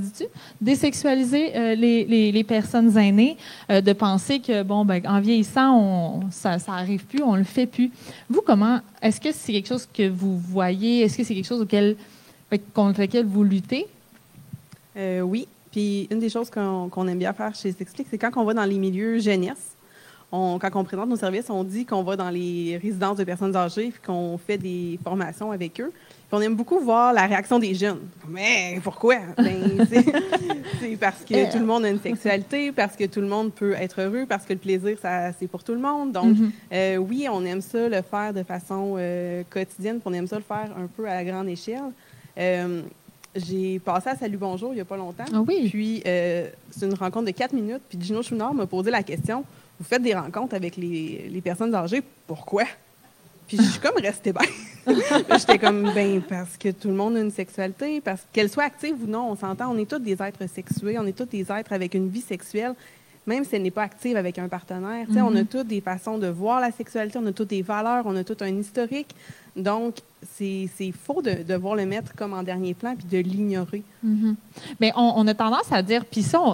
les personnes aînées, de penser que, en vieillissant, ça arrive plus, on le fait plus. Vous, est-ce que c'est quelque chose que vous voyez? Est-ce que c'est quelque chose contre lequel vous luttez? Oui. Puis, une des choses qu'on aime bien faire chez Sexplique, c'est quand on va dans les milieux jeunesse, quand on présente nos services, on dit qu'on va dans les résidences de personnes âgées puis qu'on fait des formations avec eux. Puis on aime beaucoup voir la réaction des jeunes. Mais pourquoi? C'est parce que tout le monde a une sexualité, parce que tout le monde peut être heureux, parce que le plaisir, c'est pour tout le monde. Donc, oui, on aime ça le faire de façon quotidienne, puis on aime ça le faire un peu à la grande échelle. j'ai passé à Salut Bonjour il n'y a pas longtemps. Ah oui. Puis, c'est une rencontre de 4 minutes. Puis, Gino Chouinard m'a posé la question, vous faites des rencontres avec les personnes âgées, pourquoi? Puis, je suis comme restée bien. J'étais comme, parce que tout le monde a une sexualité, parce qu'elle soit active ou non, on s'entend, on est tous des êtres sexués, on est tous des êtres avec une vie sexuelle, même si elle n'est pas active avec un partenaire. Tu sais, on a toutes des façons de voir la sexualité, on a toutes des valeurs, on a tout un historique. Donc, c'est faux de devoir le mettre comme en dernier plan puis de l'ignorer. Mais on a tendance à dire, puis ça,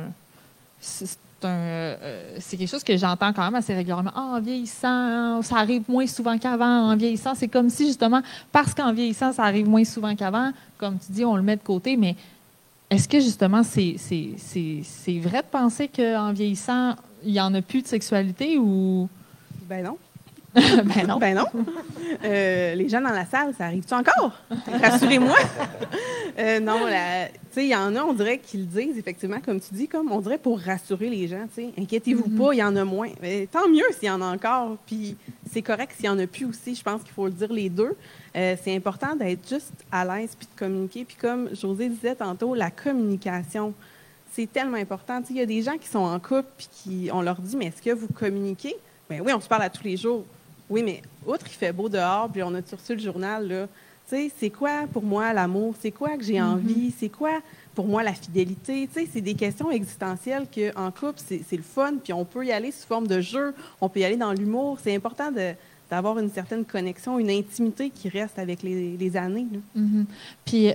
c'est quelque chose que j'entends quand même assez régulièrement. En vieillissant, ça arrive moins souvent qu'avant. En vieillissant, c'est comme si, justement, parce qu'en vieillissant, ça arrive moins souvent qu'avant, comme tu dis, on le met de côté. Mais est-ce que, justement, c'est vrai de penser qu'en vieillissant, il n'y en a plus de sexualité ou... Ben non. Ben non. Ben non. Les gens dans la salle, ça arrive-tu encore? Rassurez-moi. Non, tu sais, il y en a, on dirait qu'ils le disent, effectivement, comme tu dis, comme on dirait pour rassurer les gens, tu sais. Inquiétez-vous pas, il y en a moins. Mais tant mieux s'il y en a encore. Puis c'est correct s'il y en a plus aussi. Je pense qu'il faut le dire les deux. C'est important d'être juste à l'aise puis de communiquer. Puis comme Josée disait tantôt, la communication, c'est tellement important. Tu sais, il y a des gens qui sont en couple puis on leur dit, mais est-ce que vous communiquez? Ben oui, on se parle à tous les jours. Oui, mais outre qu'il fait beau dehors, puis on a reçu le journal, là, tu sais, c'est quoi pour moi l'amour? C'est quoi que j'ai envie? C'est quoi pour moi la fidélité? Tu sais, c'est des questions existentielles qu'en couple, c'est le fun, puis on peut y aller sous forme de jeu, on peut y aller dans l'humour. C'est important d'avoir une certaine connexion, une intimité qui reste avec les années. Puis,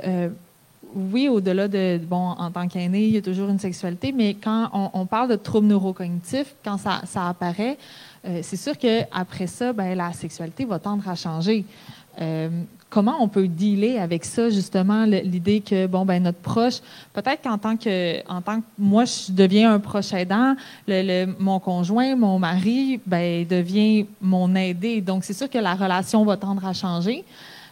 oui, au-delà de, en tant qu'aîné, il y a toujours une sexualité, mais quand on parle de troubles neurocognitifs, quand ça apparaît, c'est sûr qu'après ça, la sexualité va tendre à changer. Comment on peut dealer avec ça, justement, l'idée que, notre proche, peut-être qu'en tant que moi, je deviens un proche aidant, mon conjoint, mon mari, devient mon aidé. Donc, c'est sûr que la relation va tendre à changer.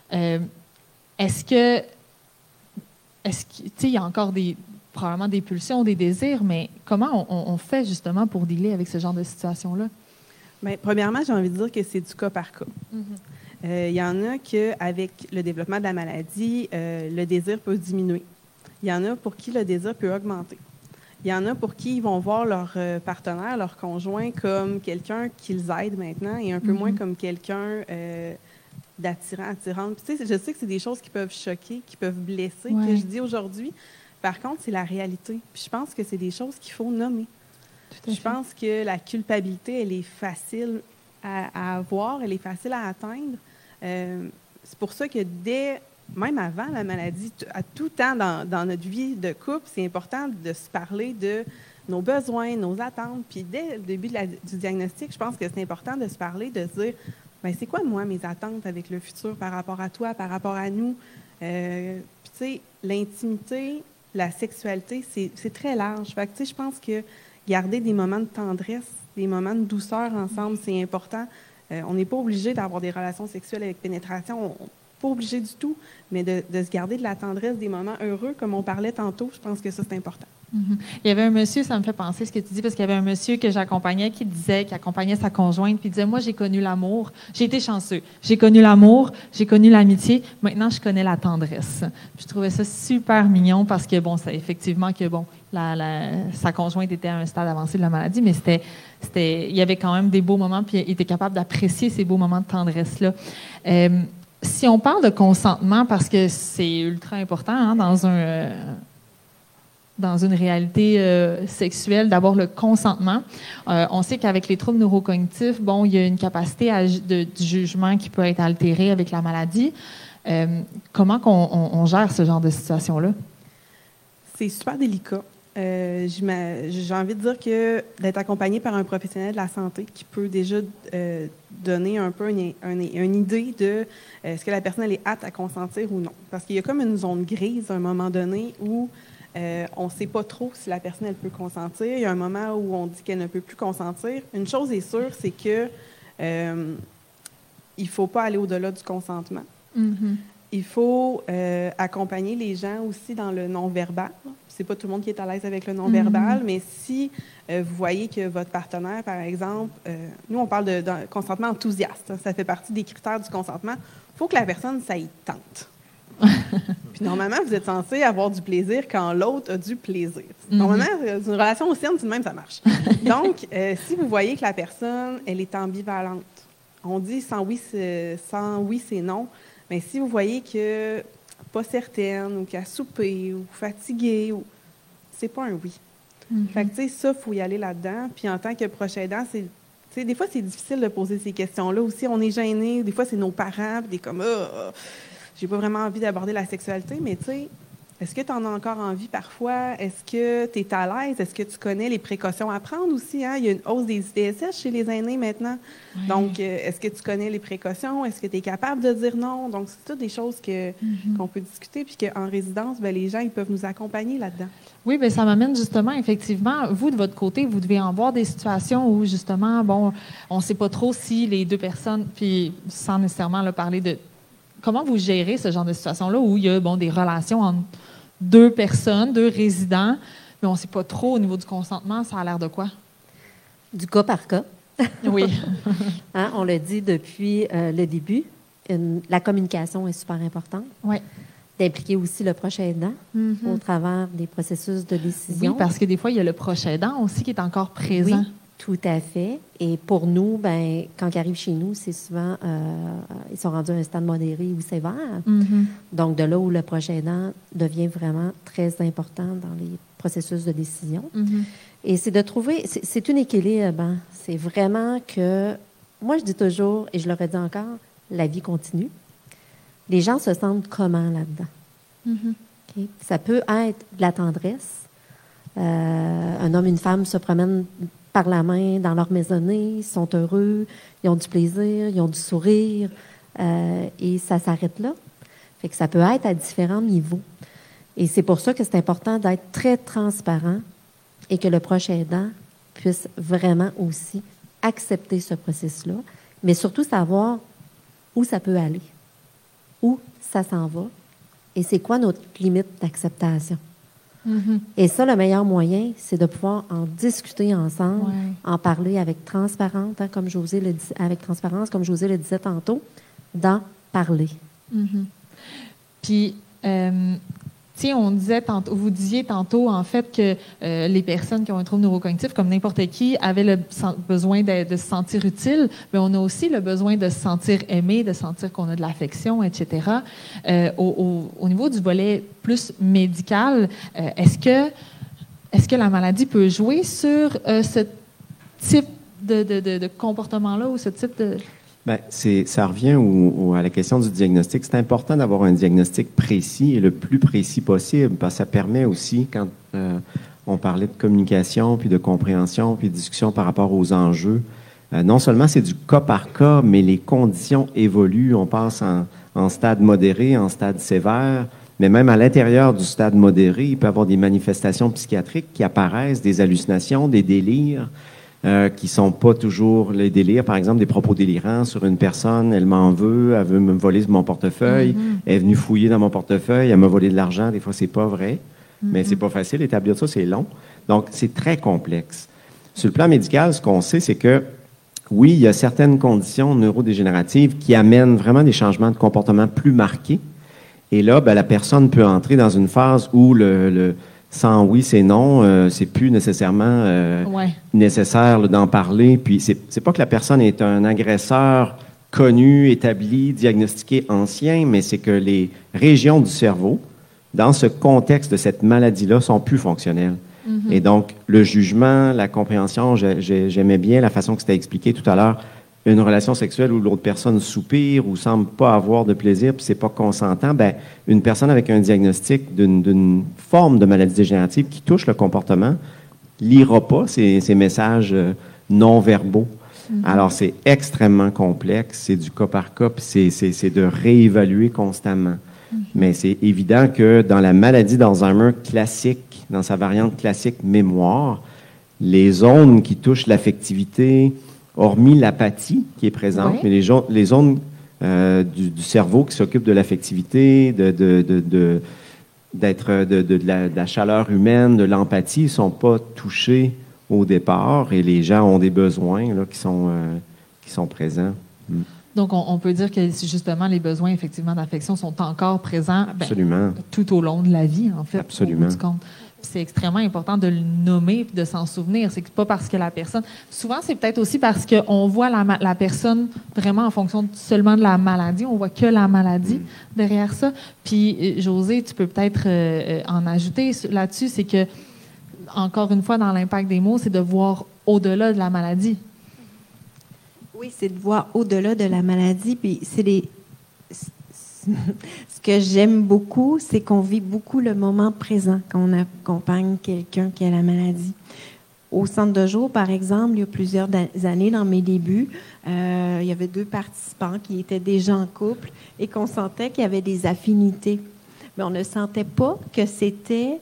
Est-ce que, il y a encore probablement des pulsions, des désirs, mais comment on fait, justement, pour dealer avec ce genre de situation-là? Bien, premièrement, j'ai envie de dire que c'est du cas par cas. Il y en a qu'avec le développement de la maladie, le désir peut diminuer. Il y en a pour qui le désir peut augmenter. Il y en a pour qui ils vont voir leur partenaire, leur conjoint, comme quelqu'un qu'ils aident maintenant et un peu moins comme quelqu'un d'attirant, attirante. Puis, tu sais, je sais que c'est des choses qui peuvent choquer, qui peuvent blesser, que je dis aujourd'hui. Par contre, c'est la réalité. Puis je pense que c'est des choses qu'il faut nommer. Je pense que la culpabilité, elle est facile à avoir, elle est facile à atteindre. C'est pour ça que même avant la maladie, à tout temps dans notre vie de couple, c'est important de se parler de nos besoins, nos attentes. Puis dès le début du diagnostic, je pense que c'est important de se parler, de se dire, c'est quoi, moi, mes attentes avec le futur par rapport à toi, par rapport à nous? Puis tu sais, l'intimité, la sexualité, c'est très large. Fait que tu sais, je pense que garder des moments de tendresse, des moments de douceur ensemble, c'est important. On n'est pas obligé d'avoir des relations sexuelles avec pénétration, pas obligé du tout, mais de se garder de la tendresse, des moments heureux, comme on parlait tantôt, je pense que ça, c'est important. Il y avait un monsieur, ça me fait penser ce que tu dis, parce qu'il y avait un monsieur que j'accompagnais qui accompagnait sa conjointe, puis il disait, moi, j'ai connu l'amour, j'ai été chanceux, j'ai connu l'amour, j'ai connu l'amitié, maintenant, je connais la tendresse. Puis je trouvais ça super mignon parce que, c'est effectivement que, sa conjointe était à un stade avancé de la maladie, mais il y avait quand même des beaux moments, puis il était capable d'apprécier ces beaux moments de tendresse-là. Si on parle de consentement, parce que c'est ultra important dans une réalité sexuelle, d'avoir le consentement. On sait qu'avec les troubles neurocognitifs, il y a une capacité du jugement qui peut être altérée avec la maladie. Comment on gère ce genre de situation-là? C'est super délicat. J'ai envie de dire que d'être accompagné par un professionnel de la santé qui peut déjà donner un peu une idée de est-ce que la personne elle est apte à consentir ou non. Parce qu'il y a comme une zone grise à un moment donné où on ne sait pas trop si la personne elle peut consentir. Il y a un moment où on dit qu'elle ne peut plus consentir. Une chose est sûre, c'est que il ne faut pas aller au-delà du consentement. Il faut accompagner les gens aussi dans le non-verbal. C'est pas tout le monde qui est à l'aise avec le non-verbal, mais si vous voyez que votre partenaire, par exemple, nous, on parle de consentement enthousiaste. Ça fait partie des critères du consentement. Il faut que la personne, ça y tente. Puis normalement, vous êtes censé avoir du plaisir quand l'autre a du plaisir. Normalement, une relation saine, tout de même, ça marche. Donc, si vous voyez que la personne, elle est ambivalente, on dit sans oui, c'est non, mais si vous voyez que pas certaine, ou qu'elle a soupé, ou fatiguée, c'est pas un oui. Fait que, tu sais, ça, il faut y aller là-dedans. Puis en tant que proche aidant, des fois, c'est difficile de poser ces questions-là aussi. On est gêné. Des fois, c'est nos parents, puis des comme, j'ai pas vraiment envie d'aborder la sexualité, mais tu sais, est-ce que tu en as encore envie parfois? Est-ce que tu es à l'aise? Est-ce que tu connais les précautions à prendre aussi? Hein? Il y a une hausse des ITSS chez les aînés maintenant. Oui. Donc, est-ce que tu connais les précautions? Est-ce que tu es capable de dire non? Donc, c'est toutes des choses qu'on peut discuter, puis qu'en résidence, bien, les gens, ils peuvent nous accompagner là-dedans. Oui, bien, ça m'amène justement, effectivement, vous, de votre côté, vous devez en voir des situations où, justement, bon, on ne sait pas trop si les deux personnes, puis sans nécessairement là, parler de... Comment vous gérez ce genre de situation-là où il y a, bon, des relations entre deux personnes, deux résidents, mais on ne sait pas trop au niveau du consentement, ça a l'air de quoi? Du cas par cas. Oui. Hein, on le dit depuis le début, la communication est super importante. Oui. D'impliquer aussi le proche aidant au travers des processus de décision. Oui, parce que des fois, il y a le proche aidant aussi qui est encore présent. Oui, tout à fait. Et pour nous, ben, quand ils arrivent chez nous, c'est souvent, ils sont rendus à un stade modéré ou sévère. Donc, de là où le proche aidant devient vraiment très important dans les processus de décision. Et c'est de trouver, c'est un équilibre. Hein. C'est vraiment que, moi, je dis toujours, et je le redis encore, la vie continue. Les gens se sentent comment là-dedans? Okay? Ça peut être de la tendresse. Un homme et une femme se promènent par la main dans leur maisonnée, ils sont heureux, ils ont du plaisir, ils ont du sourire, et ça s'arrête là. Fait que ça peut être à différents niveaux. Et c'est pour ça que c'est important d'être très transparent et que le proche aidant puisse vraiment aussi accepter ce processus-là, mais surtout savoir où ça peut aller, où ça s'en va, et c'est quoi notre limite d'acceptation. Et ça, le meilleur moyen, c'est de pouvoir en discuter ensemble, en parler avec transparence, hein, comme Josée le disait tantôt, d'en parler. Puis, on disait tantôt, vous disiez tantôt, en fait, que les personnes qui ont un trouble neurocognitif, comme n'importe qui, avaient le besoin de se sentir utile, mais on a aussi le besoin de se sentir aimé, de sentir qu'on a de l'affection, etc. Au niveau du volet plus médical, est-ce que la maladie peut jouer sur ce type de comportement-là ou ce type de... Bien, ça revient à la question du diagnostic. C'est important d'avoir un diagnostic précis et le plus précis possible, parce que ça permet aussi, quand on parlait de communication, puis de compréhension, puis de discussion par rapport aux enjeux, non seulement c'est du cas par cas, mais les conditions évoluent. On passe en stade modéré, en stade sévère, mais même à l'intérieur du stade modéré, il peut y avoir des manifestations psychiatriques qui apparaissent, des hallucinations, des délires, qui sont pas toujours les délires. Par exemple, des propos délirants sur une personne, elle m'en veut, elle veut me voler mon portefeuille, elle est venue fouiller dans mon portefeuille, elle m'a volé de l'argent. Des fois, c'est pas vrai, mais c'est pas facile. Établir ça, c'est long. Donc, c'est très complexe. Sur le plan médical, ce qu'on sait, c'est que, oui, il y a certaines conditions neurodégénératives qui amènent vraiment des changements de comportement plus marqués. Et là, ben, la personne peut entrer dans une phase où sans oui, c'est non, c'est plus nécessairement nécessaire là, d'en parler. Puis c'est pas que la personne est un agresseur connu, établi, diagnostiqué, ancien, mais c'est que les régions du cerveau, dans ce contexte de cette maladie-là, sont plus fonctionnelles. Et donc, le jugement, la compréhension, j'aimais bien la façon que c'était expliqué tout à l'heure. Une relation sexuelle où l'autre personne soupire ou semble pas avoir de plaisir puis c'est pas consentant, ben une personne avec un diagnostic d'une forme de maladie dégénérative qui touche le comportement lira pas ces messages non verbaux. Alors c'est extrêmement complexe, c'est du cas par cas, puis c'est de réévaluer constamment. Mais c'est évident que dans la maladie d'Alzheimer classique, dans sa variante classique mémoire, les zones qui touchent l'affectivité, hormis l'apathie qui est présente, mais les zones du cerveau qui s'occupent de l'affectivité, de la chaleur humaine, de l'empathie, ne sont pas touchées au départ et les gens ont des besoins là, qui sont présents. Donc, on peut dire que justement, les besoins, effectivement, d'affection sont encore présents Absolument. tout au long de la vie, en fait. Absolument. Au bout du compte. C'est extrêmement important de le nommer et de s'en souvenir. C'est pas parce que la personne... Souvent, c'est peut-être aussi parce qu'on voit la personne vraiment en fonction seulement de la maladie. On voit que la maladie derrière ça. Puis, Josée, tu peux peut-être en ajouter là-dessus, c'est que, encore une fois, dans l'impact des mots, c'est de voir au-delà de la maladie. Oui, c'est de voir au-delà de la maladie. Puis ce que j'aime beaucoup, c'est qu'on vit beaucoup le moment présent quand on accompagne quelqu'un qui a la maladie. Au centre de jour, par exemple, il y a plusieurs années, dans mes débuts, il y avait 2 participants qui étaient déjà en couple et qu'on sentait qu'il y avait des affinités. Mais on ne sentait pas que c'était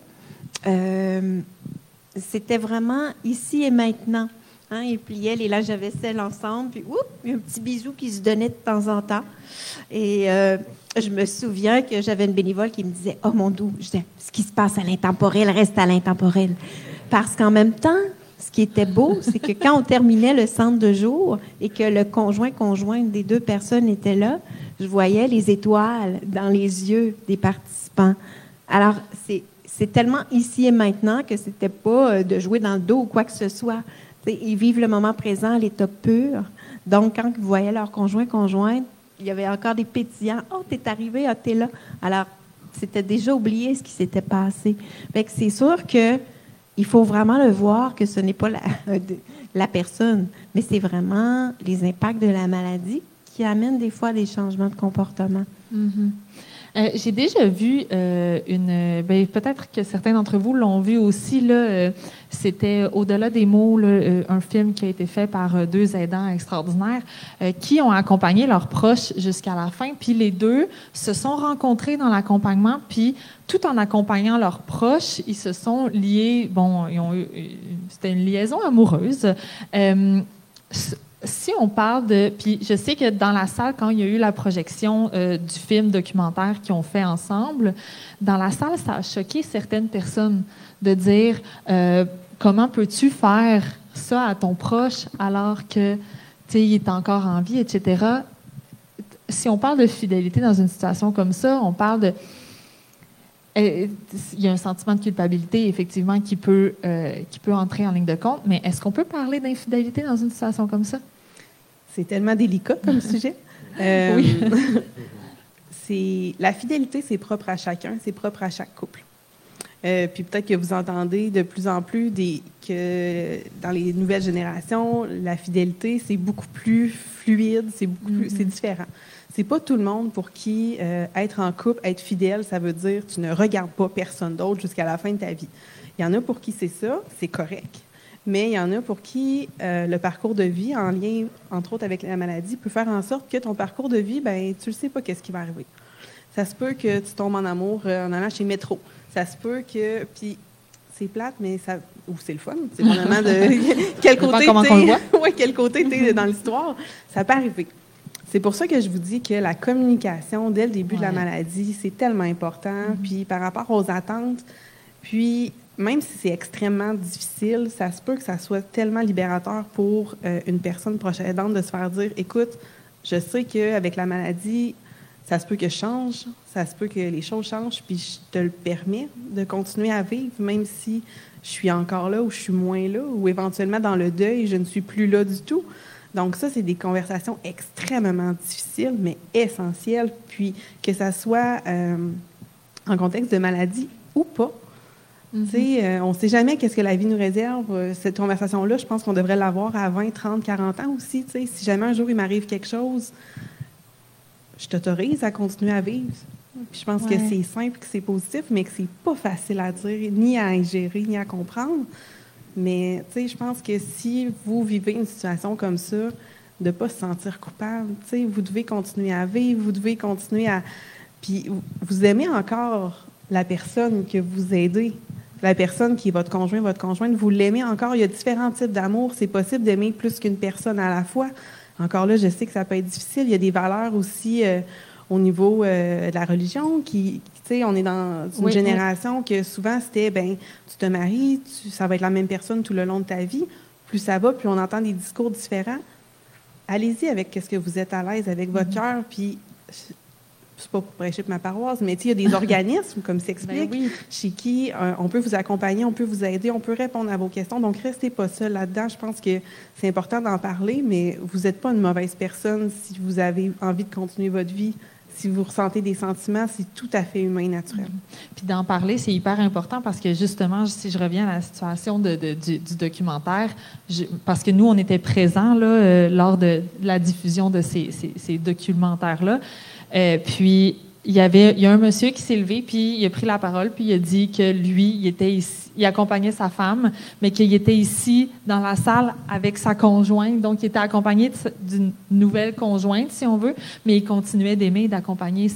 vraiment ici et maintenant. Hein, ils pliaient les linges à vaisselle ensemble, puis il y a un petit bisou qui se donnait de temps en temps. Et je me souviens que j'avais une bénévole qui me disait « Oh mon doux, ce qui se passe à l'intemporel reste à l'intemporel. » Parce qu'en même temps, ce qui était beau, c'est que quand on terminait le centre de jour et que le conjoint-conjointe des 2 personnes était là, je voyais les étoiles dans les yeux des participants. Alors, c'est tellement ici et maintenant que c'était pas de jouer dans le dos ou quoi que ce soit. Ils vivent le moment présent à l'état pur. Donc, quand ils voyaient leur conjoint-conjointe, il y avait encore des pétillants. « Oh, t'es arrivé, t'es là. » Alors, c'était déjà oublié ce qui s'était passé. Fait que c'est sûr que il faut vraiment le voir que ce n'est pas la personne, mais c'est vraiment les impacts de la maladie qui amènent des fois des changements de comportement. Mm-hmm. J'ai déjà vu peut-être que certains d'entre vous l'ont vu aussi, là, c'était Au-delà des mots, là, un film qui a été fait par 2 aidants extraordinaires qui ont accompagné leurs proches jusqu'à la fin, puis les 2 se sont rencontrés dans l'accompagnement, puis tout en accompagnant leurs proches, ils se sont liés, c'était une liaison amoureuse. Si on parle de... Puis je sais que dans la salle, quand il y a eu la projection du film documentaire qu'ils ont fait ensemble, dans la salle, ça a choqué certaines personnes de dire comment peux-tu faire ça à ton proche alors que, tu sais, il est encore en vie, etc. Si on parle de fidélité dans une situation comme ça, on parle de... Il y a un sentiment de culpabilité, effectivement, qui peut entrer en ligne de compte, mais est-ce qu'on peut parler d'infidélité dans une situation comme ça? C'est tellement délicat comme sujet. Oui. La fidélité, c'est propre à chacun, c'est propre à chaque couple. Puis peut-être que vous entendez de plus en plus que dans les nouvelles générations, la fidélité, c'est beaucoup plus fluide, c'est différent. C'est pas tout le monde pour qui être en couple, être fidèle, ça veut dire tu ne regardes pas personne d'autre jusqu'à la fin de ta vie. Il y en a pour qui c'est ça, c'est correct. Mais il y en a pour qui le parcours de vie, en lien, entre autres, avec la maladie, peut faire en sorte que ton parcours de vie, tu ne sais pas qu'est-ce qui va arriver. Ça se peut que tu tombes en amour en allant chez Métro. Ça se peut que... Puis c'est plate, mais ça... Ou c'est le fun. C'est vraiment de... quel côté t'es dans l'histoire. Ça peut arriver. C'est pour ça que je vous dis que la communication, dès le début de la maladie, c'est tellement important. Puis par rapport aux attentes, puis... Même si c'est extrêmement difficile, ça se peut que ça soit tellement libérateur pour une personne proche aidante de se faire dire « Écoute, je sais qu'avec la maladie, ça se peut que je change, ça se peut que les choses changent, puis je te le permets de continuer à vivre, même si je suis encore là ou je suis moins là, ou éventuellement dans le deuil, je ne suis plus là du tout. » Donc ça, c'est des conversations extrêmement difficiles, mais essentielles, puis que ça soit en contexte de maladie ou pas. On ne sait jamais qu'est-ce que la vie nous réserve. Cette conversation-là, je pense qu'on devrait l'avoir à 20, 30, 40 ans aussi. Si jamais un jour il m'arrive quelque chose, je t'autorise à continuer à vivre. Puis je pense que c'est simple, que c'est positif, mais que c'est pas facile à dire, ni à ingérer, ni à comprendre. Mais je pense que si vous vivez une situation comme ça, de ne pas se sentir coupable, vous devez continuer à vivre, vous devez continuer à... Puis vous aimez encore la personne que vous aidez. La personne qui est votre conjoint, votre conjointe, vous l'aimez encore. Il y a différents types d'amour. C'est possible d'aimer plus qu'une personne à la fois. Encore là, je sais que ça peut être difficile. Il y a des valeurs aussi au niveau de la religion on est dans une génération que souvent c'était, tu te maries, ça va être la même personne tout le long de ta vie. Plus ça va, plus on entend des discours différents. allez-y avec ce que vous êtes à l'aise, avec votre cœur, puis c'est pas pour prêcher pour ma paroisse, mais il y a des organismes, comme s'explique, chez qui on peut vous accompagner, on peut vous aider, on peut répondre à vos questions. Donc, restez pas seul là-dedans. Je pense que c'est important d'en parler, mais vous n'êtes pas une mauvaise personne si vous avez envie de continuer votre vie. Si vous ressentez des sentiments, c'est tout à fait humain, naturel. Puis d'en parler, c'est hyper important parce que justement, si je reviens à la situation du documentaire, parce que nous, on était présents là, lors de la diffusion de ces documentaires-là. Puis il y a un monsieur qui s'est levé, puis il a pris la parole, puis il a dit que lui, il était ici, il accompagnait sa femme, mais qu'il était ici dans la salle avec sa conjointe. Donc, il était accompagné d'une nouvelle conjointe, si on veut, mais il continuait d'aimer et d'accompagner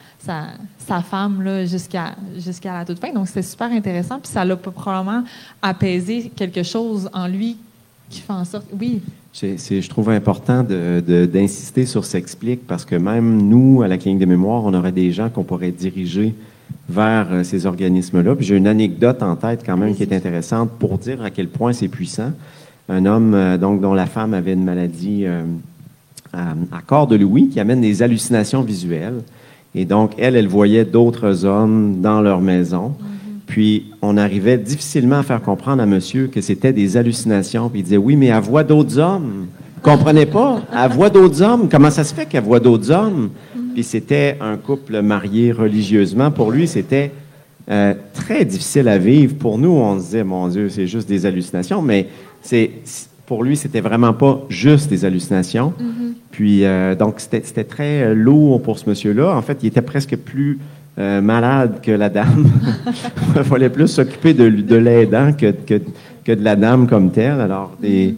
sa femme là, jusqu'à la toute fin. Donc, c'était super intéressant, puis ça l'a probablement apaisé quelque chose en lui qui fait en sorte... Oui. Je trouve important d'insister sur S'explique parce que même nous, à la Clinique de mémoire, on aurait des gens qu'on pourrait diriger vers ces organismes-là. Puis j'ai une anecdote en tête quand même qui est intéressante pour dire à quel point c'est puissant. Un homme donc dont la femme avait une maladie à corps de Louis qui amène des hallucinations visuelles. Et donc, elle voyait d'autres hommes dans leur maison. Puis, on arrivait difficilement à faire comprendre à monsieur que c'était des hallucinations. Puis, il disait, oui, mais elle voit d'autres hommes. Vous comprenez pas? Elle voit d'autres hommes. Comment ça se fait qu'elle voit d'autres hommes? Puis, c'était un couple marié religieusement. Pour lui, c'était très difficile à vivre. Pour nous, on se disait, mon Dieu, c'est juste des hallucinations. Mais pour lui, c'était vraiment pas juste des hallucinations. Puis, donc, c'était très lourd pour ce monsieur-là. En fait, il était presque plus... malade que la dame. Il fallait plus s'occuper de l'aidant que de la dame comme telle. Alors,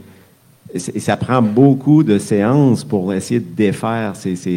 ça prend beaucoup de séances pour essayer de défaire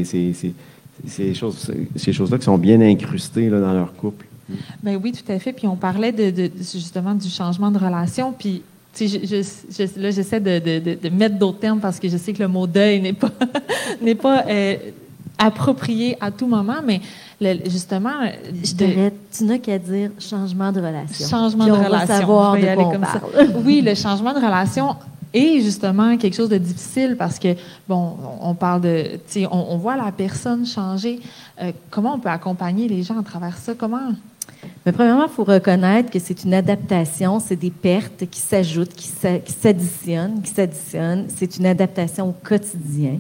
ces choses-là qui sont bien incrustées là, dans leur couple. Bien oui, tout à fait. Puis on parlait justement du changement de relation. Puis là, j'essaie de mettre d'autres termes parce que je sais que le mot deuil n'est pas approprié à tout moment, mais justement... Je t'arrête. Tu n'as qu'à dire changement de relation. Changement puis de on relation. Va savoir je vais de y aller quoi on comme parle. ça. Oui, le changement de relation est justement quelque chose de difficile parce que, bon, on parle de... Tu sais, on voit la personne changer. Comment on peut accompagner les gens à travers ça? Comment... Mais premièrement, il faut reconnaître que c'est une adaptation, c'est des pertes qui s'ajoutent, qui s'additionnent. C'est une adaptation au quotidien.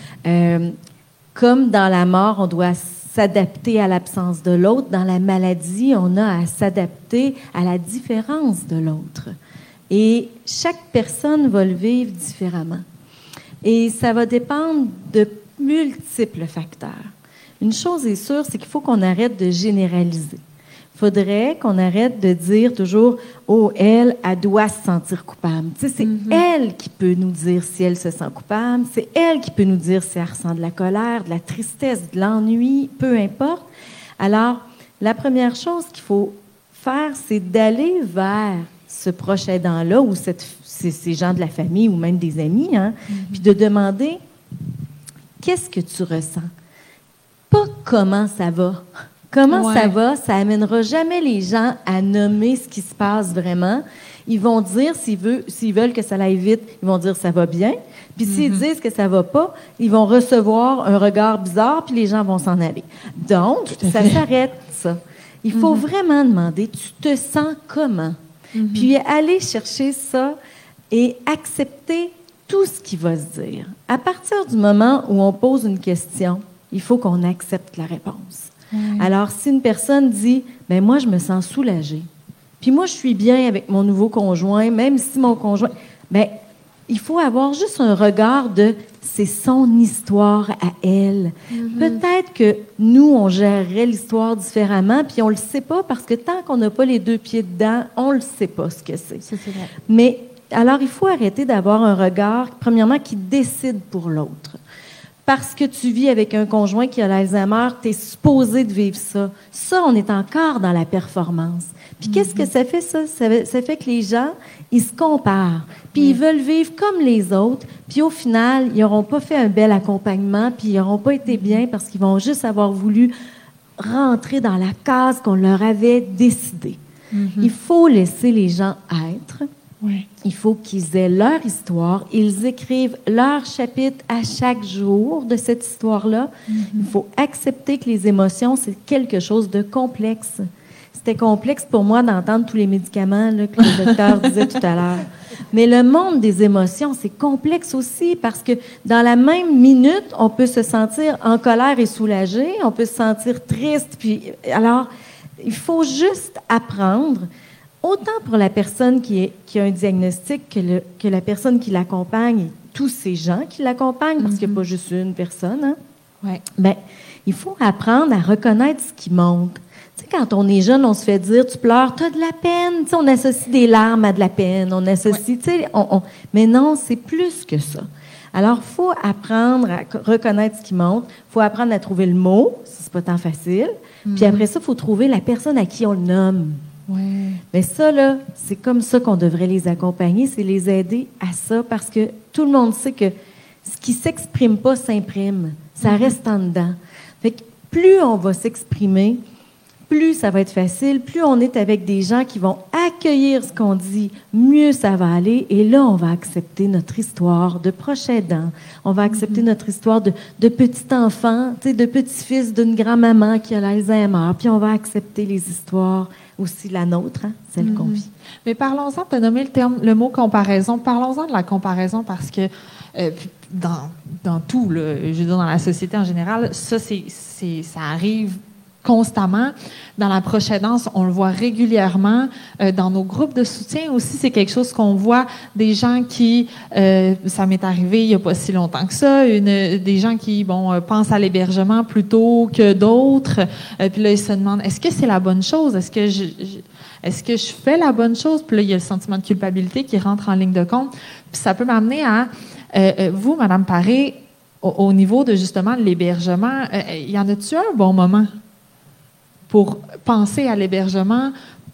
Comme dans la mort, on doit s'adapter à l'absence de l'autre, dans la maladie, on a à s'adapter à la différence de l'autre. Et chaque personne va le vivre différemment. Et ça va dépendre de multiples facteurs. Une chose est sûre, c'est qu'il faut qu'on arrête de généraliser. Il faudrait qu'on arrête de dire toujours « Oh, elle doit se sentir coupable. » Tu sais, c'est elle qui peut nous dire si elle se sent coupable, c'est elle qui peut nous dire si elle ressent de la colère, de la tristesse, de l'ennui, peu importe. Alors, la première chose qu'il faut faire, c'est d'aller vers ce proche aidant-là ou ces gens de la famille ou même des amis, puis de demander « Qu'est-ce que tu ressens? » Pas « Comment ça va? » Comment ça va? Ça amènera jamais les gens à nommer ce qui se passe vraiment. Ils vont dire, s'ils veulent que ça aille vite, ils vont dire ça va bien. Puis s'ils disent que ça va pas, ils vont recevoir un regard bizarre, puis les gens vont s'en aller. Donc, ça s'arrête, ça. Il faut vraiment demander, tu te sens comment? Puis aller chercher ça et accepter tout ce qui va se dire. À partir du moment où on pose une question, il faut qu'on accepte la réponse. Alors, si une personne dit « Bien, moi, je me sens soulagée, puis moi, je suis bien avec mon nouveau conjoint, même si mon conjoint... » Bien, il faut avoir juste un regard de « C'est son histoire à elle. Peut-être que nous, on gérerait l'histoire différemment, puis on le sait pas, parce que tant qu'on n'a pas les deux pieds dedans, on le sait pas ce que c'est. C'est vrai. Mais, alors, il faut arrêter d'avoir un regard, premièrement, qui décide pour l'autre. Parce que tu vis avec un conjoint qui a l'Alzheimer, tu es supposé de vivre ça. Ça, on est encore dans la performance. Puis qu'est-ce que ça fait, ça? Ça fait que les gens, ils se comparent. Puis ils veulent vivre comme les autres. Puis au final, ils n'auront pas fait un bel accompagnement, puis ils n'auront pas été bien parce qu'ils vont juste avoir voulu rentrer dans la case qu'on leur avait décidée. Il faut laisser les gens être. Oui. Il faut qu'ils aient leur histoire. Ils écrivent leur chapitre à chaque jour de cette histoire-là. Il faut accepter que les émotions, c'est quelque chose de complexe. C'était complexe pour moi d'entendre tous les médicaments là, que le docteur disait tout à l'heure. Mais le monde des émotions, c'est complexe aussi parce que dans la même minute, on peut se sentir en colère et soulagé, on peut se sentir triste. Puis, alors, il faut juste apprendre, autant pour la personne qui a un diagnostic que la personne qui l'accompagne, et tous ces gens qui l'accompagnent, parce qu'il n'y a pas juste une personne. Hein? Ouais. Bien, il faut apprendre à reconnaître ce qui monte. Tu sais, quand on est jeune, on se fait dire « tu pleures, tu as de la peine ». Tu sais, on associe des larmes à de la peine. On associe, tu sais, mais non, c'est plus que ça. Alors, il faut apprendre à reconnaître ce qui monte. Il faut apprendre à trouver le mot, si c'est pas tant facile. Puis après ça, il faut trouver la personne à qui on le nomme. Ouais. Mais ça, là, c'est comme ça qu'on devrait les accompagner, c'est les aider à ça, parce que tout le monde sait que ce qui s'exprime pas s'imprime. Ça reste en dedans. Fait que plus on va s'exprimer, plus ça va être facile, plus on est avec des gens qui vont accueillir ce qu'on dit, mieux ça va aller. Et là, on va accepter notre histoire de proche aidant. On va accepter notre histoire de petit enfant, tu sais, de petit-fils d'une grand-maman qui a l'Alzheimer. Puis on va accepter les histoires, aussi la nôtre, hein, celle qu'on vit. Mais parlons-en, tu as nommé le mot comparaison. Parlons-en de la comparaison parce que dans tout, je veux dire, dans la société en général, ça arrive constamment. Dans la proche aidance, on le voit régulièrement. Dans nos groupes de soutien aussi, c'est quelque chose qu'on voit. Des gens qui, ça m'est arrivé il n'y a pas si longtemps que ça, des gens qui pensent à l'hébergement plutôt que d'autres. Puis là, ils se demandent, est-ce que c'est la bonne chose? Est-ce que je fais la bonne chose? Puis là, il y a le sentiment de culpabilité qui rentre en ligne de compte. Puis ça peut m'amener à, vous, Madame Paré, au niveau de justement l'hébergement, y en a-tu un bon moment pour penser à l'hébergement?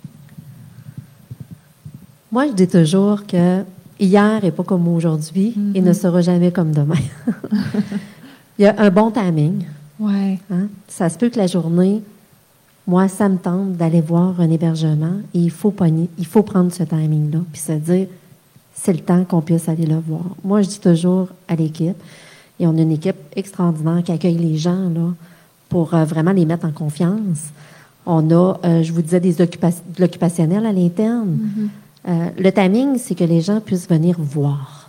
Moi, je dis toujours que hier n'est pas comme aujourd'hui et ne sera jamais comme demain. Il y a un bon timing. Ouais. Hein? Ça se peut que la journée, moi, ça me tente d'aller voir un hébergement et il faut prendre ce timing-là puis se dire, c'est le temps qu'on puisse aller le voir. Moi, je dis toujours à l'équipe, et on a une équipe extraordinaire qui accueille les gens là, pour vraiment les mettre en confiance. On a, je vous disais, de l'occupationnel à l'interne. Le timing, c'est que les gens puissent venir voir.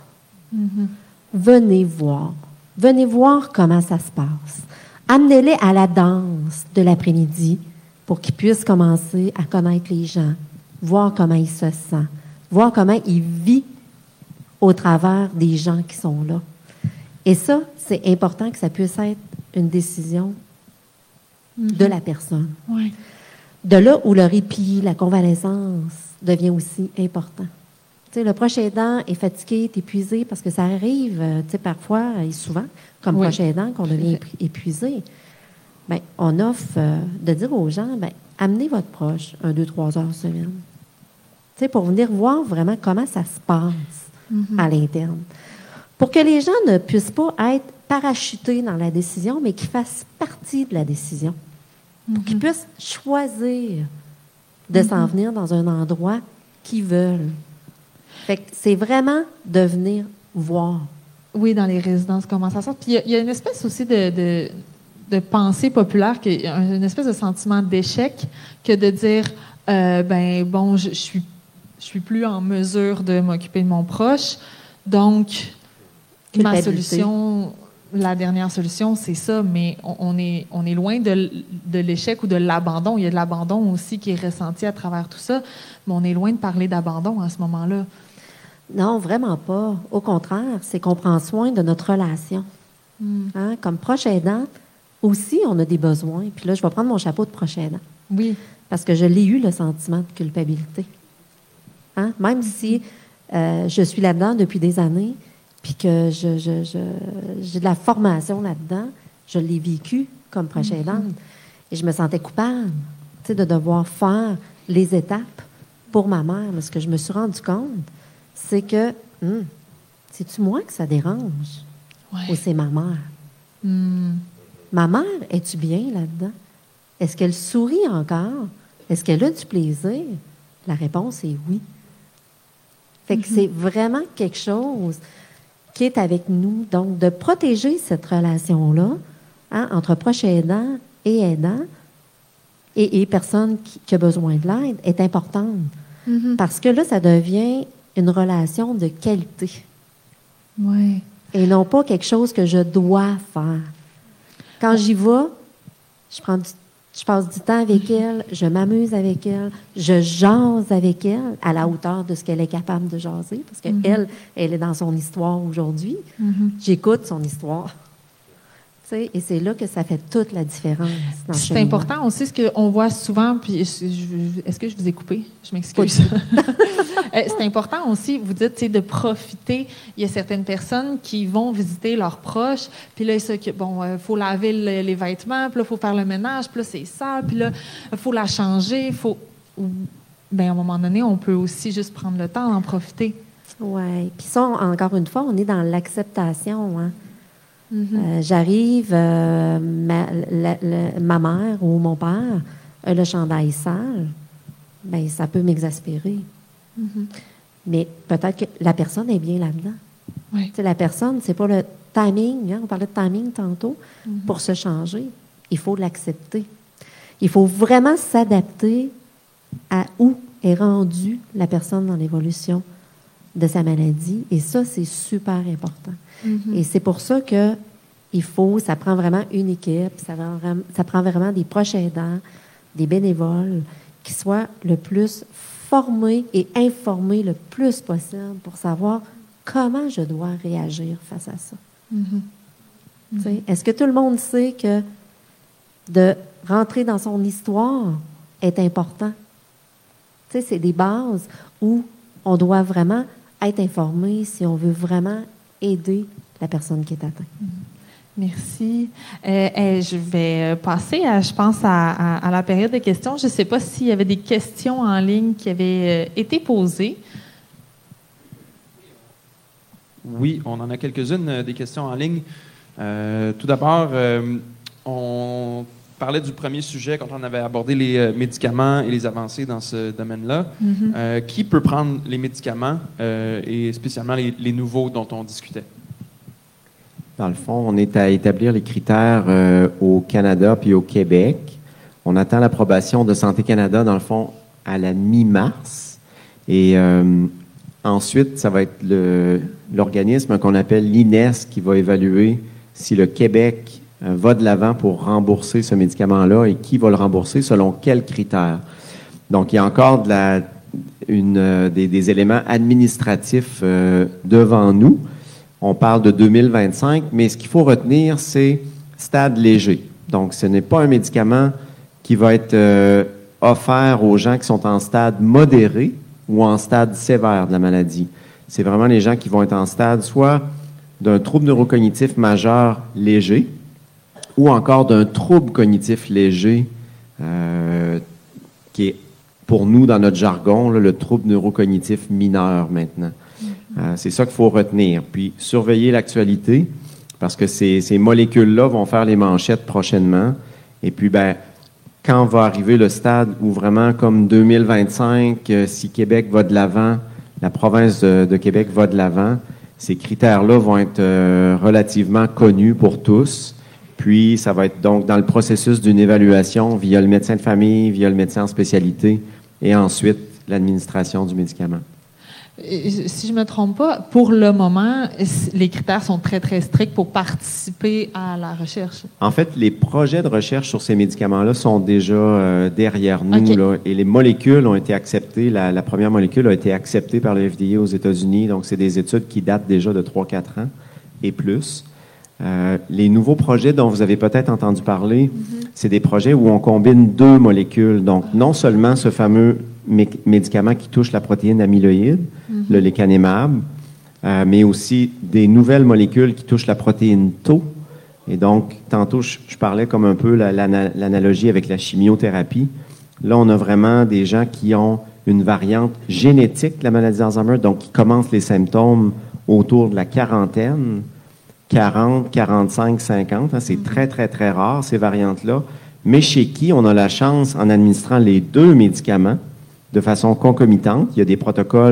Venez voir. Venez voir comment ça se passe. Amenez-les à la danse de l'après-midi pour qu'ils puissent commencer à connaître les gens, voir comment ils se sentent, voir comment ils vivent au travers des gens qui sont là. Et ça, c'est important que ça puisse être une décision de la personne. Ouais. De là où le répit, la convalescence devient aussi important. Tu sais, le proche aidant est fatigué, est épuisé, parce que ça arrive, tu sais, parfois et souvent, comme proche aidant, qu'on devient épuisé. Bien, on offre de dire aux gens, bien, amenez votre proche 1, 2, 3 heures semaine. Tu sais, pour venir voir vraiment comment ça se passe à l'interne. Pour que les gens ne puissent pas être parachutés dans la décision, mais qu'ils fassent partie de la décision. Pour qu'ils puissent choisir de s'en venir dans un endroit qu'ils veulent. Fait que c'est vraiment de venir voir. Oui, dans les résidences, comment ça sort. Puis il y a une espèce aussi de pensée populaire, une espèce de sentiment d'échec que de dire, je suis plus en mesure de m'occuper de mon proche, donc ma solution, la dernière solution, c'est ça, mais on est loin de l'échec ou de l'abandon. Il y a de l'abandon aussi qui est ressenti à travers tout ça, mais on est loin de parler d'abandon à ce moment-là. Non, vraiment pas. Au contraire, c'est qu'on prend soin de notre relation. Hein? Comme proche aidant, aussi, on a des besoins. Puis là, je vais prendre mon chapeau de proche aidant. Oui. Parce que je l'ai eu, le sentiment de culpabilité. Hein? Même si je suis là-dedans depuis des années, puis que j'ai de la formation là-dedans, je l'ai vécu comme proche aidante. Et je me sentais coupable, tu sais, de devoir faire les étapes pour ma mère. Mais ce que je me suis rendu compte, c'est que, c'est-tu moi que ça dérange? Ouais. Ou c'est ma mère? Ma mère, es-tu bien là-dedans? Est-ce qu'elle sourit encore? Est-ce qu'elle a du plaisir? La réponse est oui. Fait que c'est vraiment quelque chose qui est avec nous. Donc, de protéger cette relation-là, hein, entre proche aidant et aidant et personne qui a besoin de l'aide est importante. Parce que là, ça devient une relation de qualité. Oui. Et non pas quelque chose que je dois faire. Quand j'y vais, je passe du temps avec elle, je m'amuse avec elle, je jase avec elle à la hauteur de ce qu'elle est capable de jaser, parce qu'elle, elle est dans son histoire aujourd'hui. J'écoute son histoire. Tu sais, et c'est là que ça fait toute la différence. C'est important aussi, ce qu'on voit souvent, puis est-ce que je vous ai coupé? Je m'excuse. C'est important aussi, vous dites, de profiter. Il y a certaines personnes qui vont visiter leurs proches, puis là, il faut laver les vêtements, puis là, il faut faire le ménage, puis là, c'est sale, puis là, il faut la changer, Bien, à un moment donné, on peut aussi juste prendre le temps d'en profiter. Oui. Puis ça, encore une fois, on est dans l'acceptation, hein. J'arrive, ma mère ou mon père a le chandail sale, bien, ça peut m'exaspérer. Mais peut-être que la personne est bien là-dedans. Oui. La personne, c'est pas le timing, hein, on parlait de timing tantôt, pour se changer. Il faut l'accepter. Il faut vraiment s'adapter à où est rendue la personne dans l'évolution de sa maladie. Et ça, c'est super important. Et c'est pour ça que ça prend vraiment une équipe, ça prend vraiment des proches aidants, des bénévoles qui soient le plus formés et informés le plus possible pour savoir comment je dois réagir face à ça. Est-ce que tout le monde sait que de rentrer dans son histoire est important? C'est des bases où on doit vraiment être informé si on veut vraiment aider la personne qui est atteinte. Merci. Je vais passer, je pense, à la période de questions. Je ne sais pas s'il y avait des questions en ligne qui avaient été posées. Oui, on en a quelques-unes, des questions en ligne. Tout d'abord, on parlait du premier sujet quand on avait abordé les médicaments et les avancées dans ce domaine-là. Qui peut prendre les médicaments et spécialement les nouveaux dont on discutait? Dans le fond, on est à établir les critères au Canada puis au Québec. On attend l'approbation de Santé Canada, dans le fond, à la mi-mars. Et ensuite, ça va être l'organisme qu'on appelle l'INES qui va évaluer si le Québec va de l'avant pour rembourser ce médicament-là et qui va le rembourser selon quels critères. Donc, il y a encore des éléments administratifs devant nous. On parle de 2025, mais ce qu'il faut retenir, c'est stade léger. Donc, ce n'est pas un médicament qui va être offert aux gens qui sont en stade modéré ou en stade sévère de la maladie. C'est vraiment les gens qui vont être en stade soit d'un trouble neurocognitif majeur léger ou encore d'un trouble cognitif léger qui est, pour nous, dans notre jargon, là, le trouble neurocognitif mineur maintenant. C'est ça qu'il faut retenir. Puis, surveiller l'actualité, parce que ces molécules-là vont faire les manchettes prochainement. Et puis, quand va arriver le stade où vraiment, comme 2025, si Québec va de l'avant, la province de Québec va de l'avant, ces critères-là vont être relativement connus pour tous. Puis, ça va être donc dans le processus d'une évaluation via le médecin de famille, via le médecin en spécialité, et ensuite l'administration du médicament. Si je ne me trompe pas, pour le moment, les critères sont très, très stricts pour participer à la recherche. En fait, les projets de recherche sur ces médicaments-là sont déjà derrière nous. Okay. Là, et les molécules ont été acceptées. La première molécule a été acceptée par le FDA aux États-Unis. Donc, c'est des études qui datent déjà de 3-4 ans et plus. Les nouveaux projets dont vous avez peut-être entendu parler, c'est des projets où on combine 2 molécules. Donc, non seulement ce fameux médicament qui touche la protéine amyloïde, le lecanemab, mais aussi des nouvelles molécules qui touchent la protéine Tau. Et donc, tantôt, je parlais comme un peu l'analogie avec la chimiothérapie. Là, on a vraiment des gens qui ont une variante génétique de la maladie d'Alzheimer, donc qui commencent les symptômes autour de la quarantaine, 40, 45, 50. Hein, c'est très, très, très rare, ces variantes-là. Mais chez qui on a la chance, en administrant les 2 médicaments, de façon concomitante. Il y a des protocoles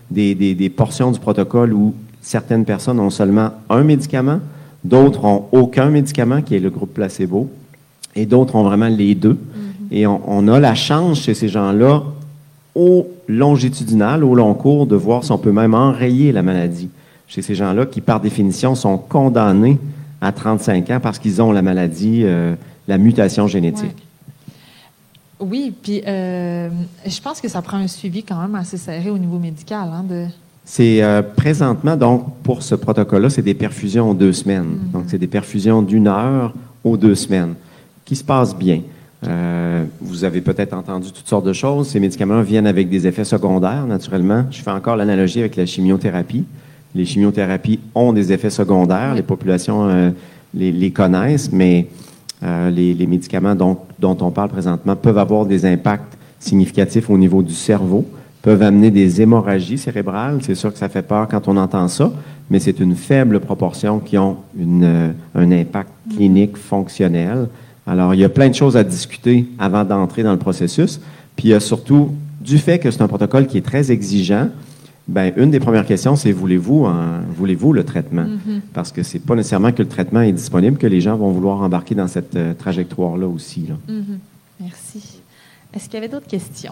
des portions du protocole où certaines personnes ont seulement un médicament, d'autres ont aucun médicament, qui est le groupe placebo, et d'autres ont vraiment les deux. Et on a la chance chez ces gens-là, au longitudinal, au long cours, de voir si on peut même enrayer la maladie. Chez ces gens-là qui, par définition, sont condamnés à 35 ans parce qu'ils ont la maladie, la mutation génétique. Ouais. Oui, puis je pense que ça prend un suivi quand même assez serré au niveau médical. C'est présentement, donc, pour ce protocole-là, c'est des perfusions aux 2 semaines. Donc, c'est des perfusions d'1 heure aux 2 semaines, qui se passent bien. Vous avez peut-être entendu toutes sortes de choses. Ces médicaments viennent avec des effets secondaires, naturellement. Je fais encore l'analogie avec la chimiothérapie. Les chimiothérapies ont des effets secondaires. Les populations les connaissent, mais les médicaments dont on parle présentement peuvent avoir des impacts significatifs au niveau du cerveau, peuvent amener des hémorragies cérébrales. C'est sûr que ça fait peur quand on entend ça, mais c'est une faible proportion qui ont un impact clinique fonctionnel. Alors, il y a plein de choses à discuter avant d'entrer dans le processus. Puis, il y a surtout, du fait que c'est un protocole qui est très exigeant, bien, une des premières questions, c'est voulez-vous le traitement? Parce que c'est pas nécessairement que le traitement est disponible que les gens vont vouloir embarquer dans cette trajectoire-là aussi. Là. Merci. Est-ce qu'il y avait d'autres questions?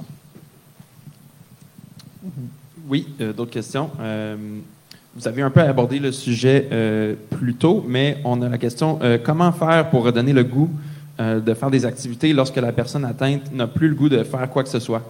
Oui, d'autres questions. Vous avez un peu abordé le sujet plus tôt, mais on a la question comment faire pour redonner le goût de faire des activités lorsque la personne atteinte n'a plus le goût de faire quoi que ce soit?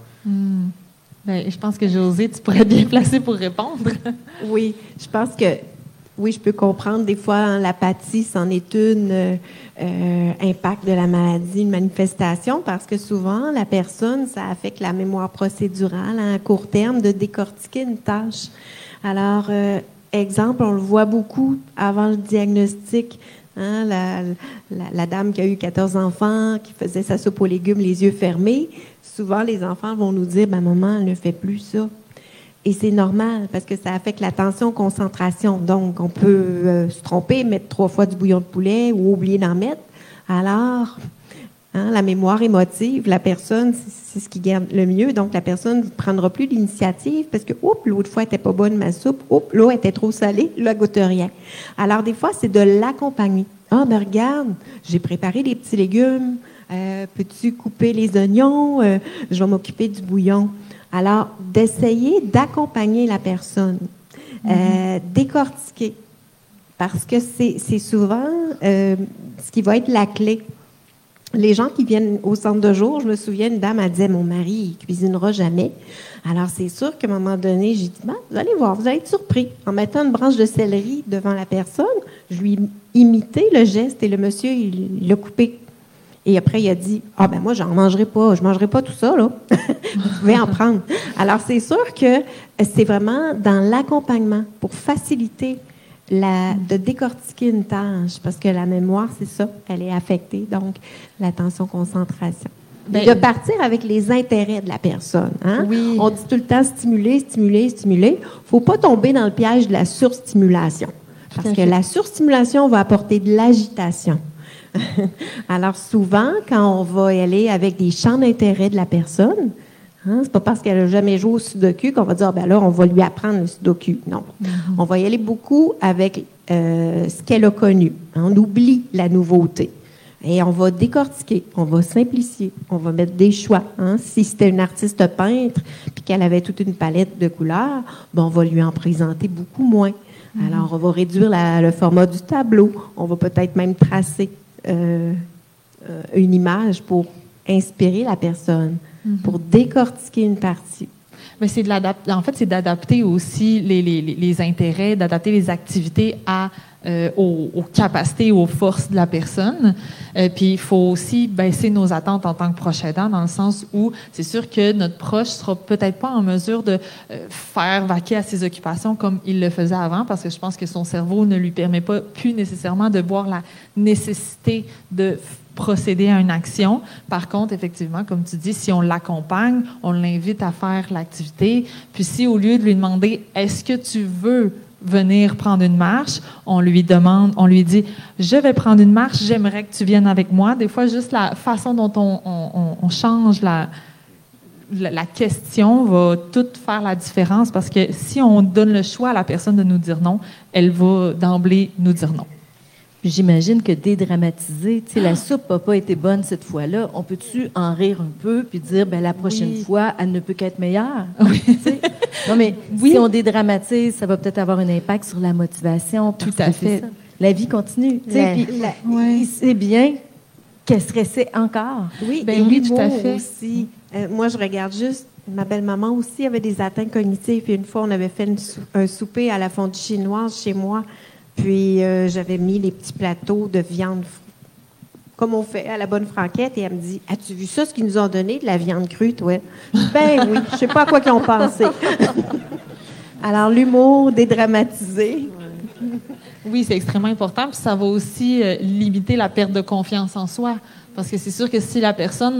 Bien, je pense que Josée, tu pourrais être bien placée pour répondre. Oui, je pense que oui, je peux comprendre. Des fois, l'apathie, c'en est une impact de la maladie, une manifestation, parce que souvent, la personne, ça affecte la mémoire procédurale à court terme de décortiquer une tâche. Alors, exemple, on le voit beaucoup avant le diagnostic. Hein, la dame qui a eu 14 enfants, qui faisait sa soupe aux légumes les yeux fermés, souvent les enfants vont nous dire « maman, elle ne fait plus ça ». Et c'est normal parce que ça affecte l'attention, concentration. Donc, on peut se tromper, mettre 3 fois du bouillon de poulet ou oublier d'en mettre. Alors, la mémoire émotive, la personne, c'est ce qui garde le mieux. Donc, la personne ne prendra plus l'initiative parce que, l'autre fois, elle n'était pas bonne, ma soupe. Là, elle était trop salée. Là, elle goûte rien. Alors, des fois, c'est de l'accompagner. Ben regarde, j'ai préparé des petits légumes. Peux-tu couper les oignons? Je vais m'occuper du bouillon. Alors, d'essayer d'accompagner la personne, décortiquer. Parce que c'est souvent ce qui va être la clé. Les gens qui viennent au centre de jour, je me souviens, une dame, elle disait, mon mari, il cuisinera jamais. Alors, c'est sûr qu'à un moment donné, j'ai dit, vous allez voir, vous allez être surpris. En mettant une branche de céleri devant la personne, je lui ai imité le geste et le monsieur, il l'a coupé. Et après, il a dit, moi, j'en mangerai pas, je mangerai pas tout ça, là. Vous pouvez en prendre. Alors, c'est sûr que c'est vraiment dans l'accompagnement pour faciliter de décortiquer une tâche, parce que la mémoire, c'est ça, elle est affectée, donc l'attention, concentration. De partir avec les intérêts de la personne. Hein? Oui. On dit tout le temps stimuler, stimuler, stimuler. Il ne faut pas tomber dans le piège de la surstimulation, parce que la surstimulation va apporter de l'agitation. Alors souvent, quand on va y aller avec des champs d'intérêt de la personne, c'est pas parce qu'elle n'a jamais joué au sudoku qu'on va dire, là, on va lui apprendre le sudoku. Non. On va y aller beaucoup avec ce qu'elle a connu. On oublie la nouveauté. Et on va décortiquer, on va simplifier, on va mettre des choix. Si c'était une artiste peintre puis qu'elle avait toute une palette de couleurs, on va lui en présenter beaucoup moins. Alors, on va réduire le format du tableau. On va peut-être même tracer une image pour inspirer la personne, pour décortiquer une partie. Mais c'est c'est d'adapter aussi les intérêts, d'adapter les activités aux capacités, aux forces de la personne. Puis il faut aussi baisser nos attentes en tant que proche aidant, dans le sens où c'est sûr que notre proche sera peut-être pas en mesure de faire vaquer à ses occupations comme il le faisait avant, parce que je pense que son cerveau ne lui permet pas plus nécessairement de voir la nécessité de procéder à une action. Par contre, effectivement, comme tu dis, si on l'accompagne, on l'invite à faire l'activité. Puis si au lieu de lui demander « Est-ce que tu veux venir prendre une marche », on lui dit « Je vais prendre une marche, j'aimerais que tu viennes avec moi ». Des fois, juste la façon dont on change la question va tout faire la différence parce que si on donne le choix à la personne de nous dire non, elle va d'emblée nous dire non. Puis j'imagine que dédramatiser, tu sais, la soupe n'a pas été bonne cette fois-là. On peut-tu en rire un peu puis dire, ben la prochaine fois, elle ne peut qu'être meilleure? Oui. Non, mais si on dédramatise, ça va peut-être avoir un impact sur la motivation. Tout à fait. Ça. La vie continue. Il sait bien qu'elle stressait encore. Oui, ben oui, tout à fait. Aussi. Moi, je regarde juste, ma belle-maman aussi avait des atteintes cognitives. Puis une fois, on avait fait un souper à la fondue chinoise chez moi. Puis j'avais mis les petits plateaux de viande, comme on fait à la bonne franquette. Et elle me dit, as-tu vu ça, ce qu'ils nous ont donné, de la viande crue, toi? Ben oui, je sais pas à quoi ils ont pensé. Alors, l'humour dédramatisé. Oui, c'est extrêmement important. Puis ça va aussi limiter la perte de confiance en soi. Parce que c'est sûr que si la personne,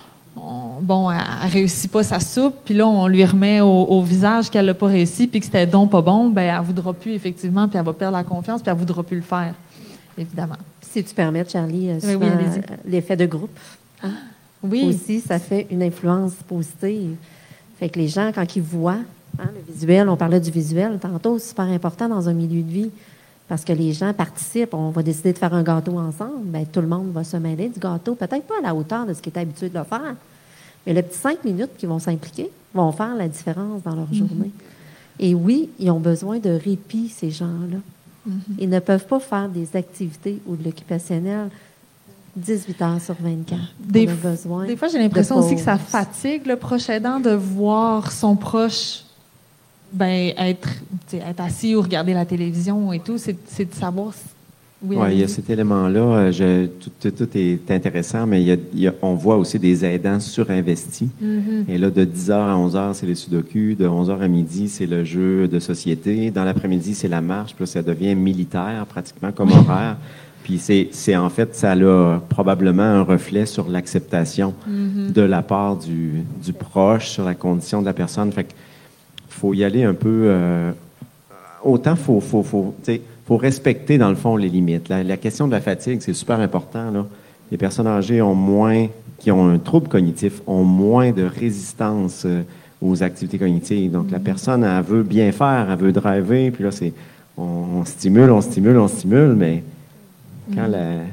elle réussit pas sa soupe, puis là, on lui remet au visage qu'elle n'a pas réussi, puis que c'était donc pas bon, ben elle voudra plus, effectivement, puis elle va perdre la confiance, puis elle voudra plus le faire, évidemment. Si tu permets, Charlie, Oui, l'effet de groupe. Hein? Oui. Aussi, ça fait une influence positive. Fait que les gens, quand ils voient le visuel, on parlait du visuel tantôt, c'est super important dans un milieu de vie. Parce que les gens participent, on va décider de faire un gâteau ensemble, bien, tout le monde va se mêler du gâteau, peut-être pas à la hauteur de ce qu'ils est habitué de le faire, mais les petits 5 minutes qu'ils vont s'impliquer vont faire la différence dans leur journée. Et oui, ils ont besoin de répit, ces gens-là. Ils ne peuvent pas faire des activités ou de l'occupationnel 18 heures sur 24. Des fois, j'ai l'impression aussi que ça fatigue le proche aidant de voir son proche être assis ou regarder la télévision et tout. C'est de savoir... Oui, il y a cet élément-là. Tout est intéressant, mais on voit aussi des aidants surinvestis. Et là, de 10h à 11h, c'est les sudoku. De 11h à midi, c'est le jeu de société. Dans l'après-midi, c'est la marche. Puis là, ça devient militaire, pratiquement, comme horaire. Puis c'est en fait, ça a probablement un reflet sur l'acceptation de la part du proche, sur la condition de la personne. Fait que faut y aller un peu... autant faut respecter, dans le fond, les limites. La question de la fatigue, c'est super important, là. Les personnes âgées qui ont un trouble cognitif, ont moins de résistance aux activités cognitives. Donc, la personne, elle veut bien faire, elle veut driver, puis là, on stimule, mais quand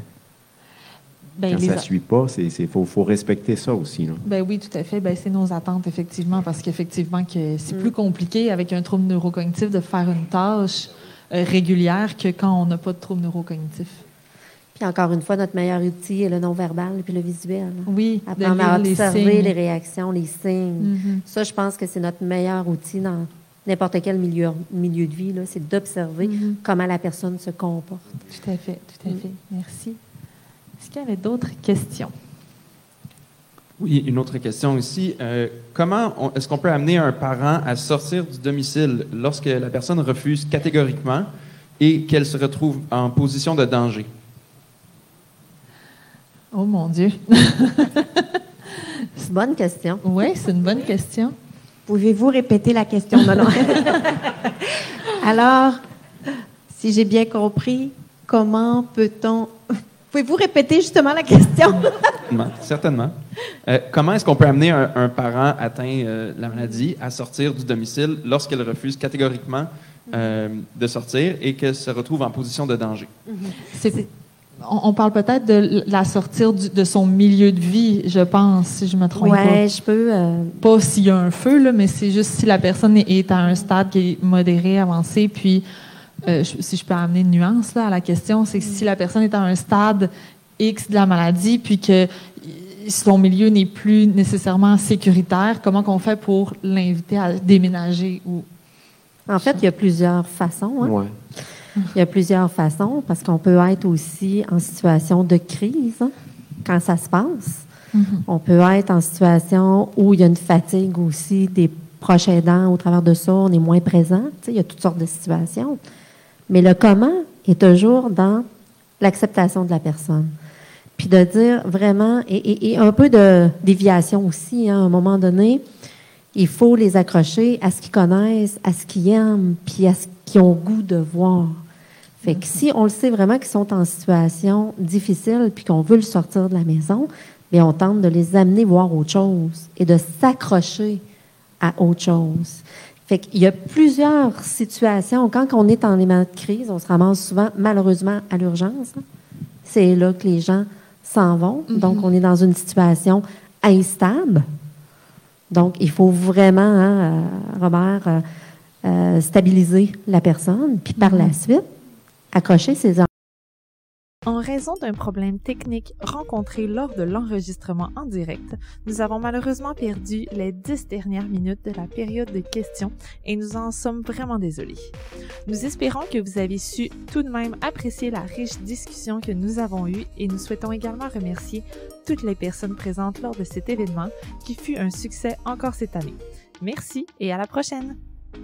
ça ne suit pas, faut respecter ça aussi, là. Ben oui, tout à fait. Ben, c'est nos attentes, effectivement, parce qu'effectivement, c'est plus compliqué avec un trouble neurocognitif de faire une tâche régulière que quand on n'a pas de trouble neurocognitif. Puis encore une fois, notre meilleur outil est le non-verbal puis le visuel. Oui, apprendre à observer les réactions, les signes. Ça, je pense que c'est notre meilleur outil dans n'importe quel milieu de vie, là, c'est d'observer comment la personne se comporte. Tout à fait. Merci. Est-ce qu'il y avait d'autres questions? Oui, une autre question ici. Comment est-ce qu'on peut amener un parent à sortir du domicile lorsque la personne refuse catégoriquement et qu'elle se retrouve en position de danger? Oh mon Dieu! C'est une bonne question. Oui, c'est une bonne question. Pouvez-vous répéter la question? Non. Alors, si j'ai bien compris, comment peut-on... Pouvez-vous répéter justement la question? Certainement. Comment est-ce qu'on peut amener un parent atteint de la maladie à sortir du domicile lorsqu'elle refuse catégoriquement de sortir et qu'elle se retrouve en position de danger? On parle peut-être de la sortir de son milieu de vie, je pense, si je me trompe pas. Oui, je peux... Pas s'il y a un feu, là, mais c'est juste si la personne est à un stade qui est modéré, avancé, puis... si je peux amener une nuance là, à la question, c'est que si la personne est à un stade X de la maladie, puis que son milieu n'est plus nécessairement sécuritaire, comment qu'on fait pour l'inviter à déménager? En fait, il y a plusieurs façons. Hein? Ouais. Il y a plusieurs façons, parce qu'on peut être aussi en situation de crise quand ça se passe. On peut être en situation où il y a une fatigue aussi des proches aidants au travers de ça, on est moins présent. Il y a toutes sortes de situations. Mais le comment est toujours dans l'acceptation de la personne. Puis de dire vraiment, et un peu de déviation aussi, hein, à un moment donné, il faut les accrocher à ce qu'ils connaissent, à ce qu'ils aiment, puis à ce qu'ils ont goût de voir. Fait que si on le sait vraiment qu'ils sont en situation difficile, puis qu'on veut le sortir de la maison, mais on tente de les amener voir autre chose et de s'accrocher à autre chose. Fait qu'il y a plusieurs situations. Quand on est en élément de crise, on se ramasse souvent, malheureusement, à l'urgence. C'est là que les gens s'en vont. Donc, on est dans une situation instable. Donc, il faut vraiment, Robert, stabiliser la personne, puis par la suite, accrocher ses enfants. En raison d'un problème technique rencontré lors de l'enregistrement en direct, nous avons malheureusement perdu les 10 dernières minutes de la période de questions et nous en sommes vraiment désolés. Nous espérons que vous avez su tout de même apprécier la riche discussion que nous avons eue et nous souhaitons également remercier toutes les personnes présentes lors de cet événement qui fut un succès encore cette année. Merci et à la prochaine!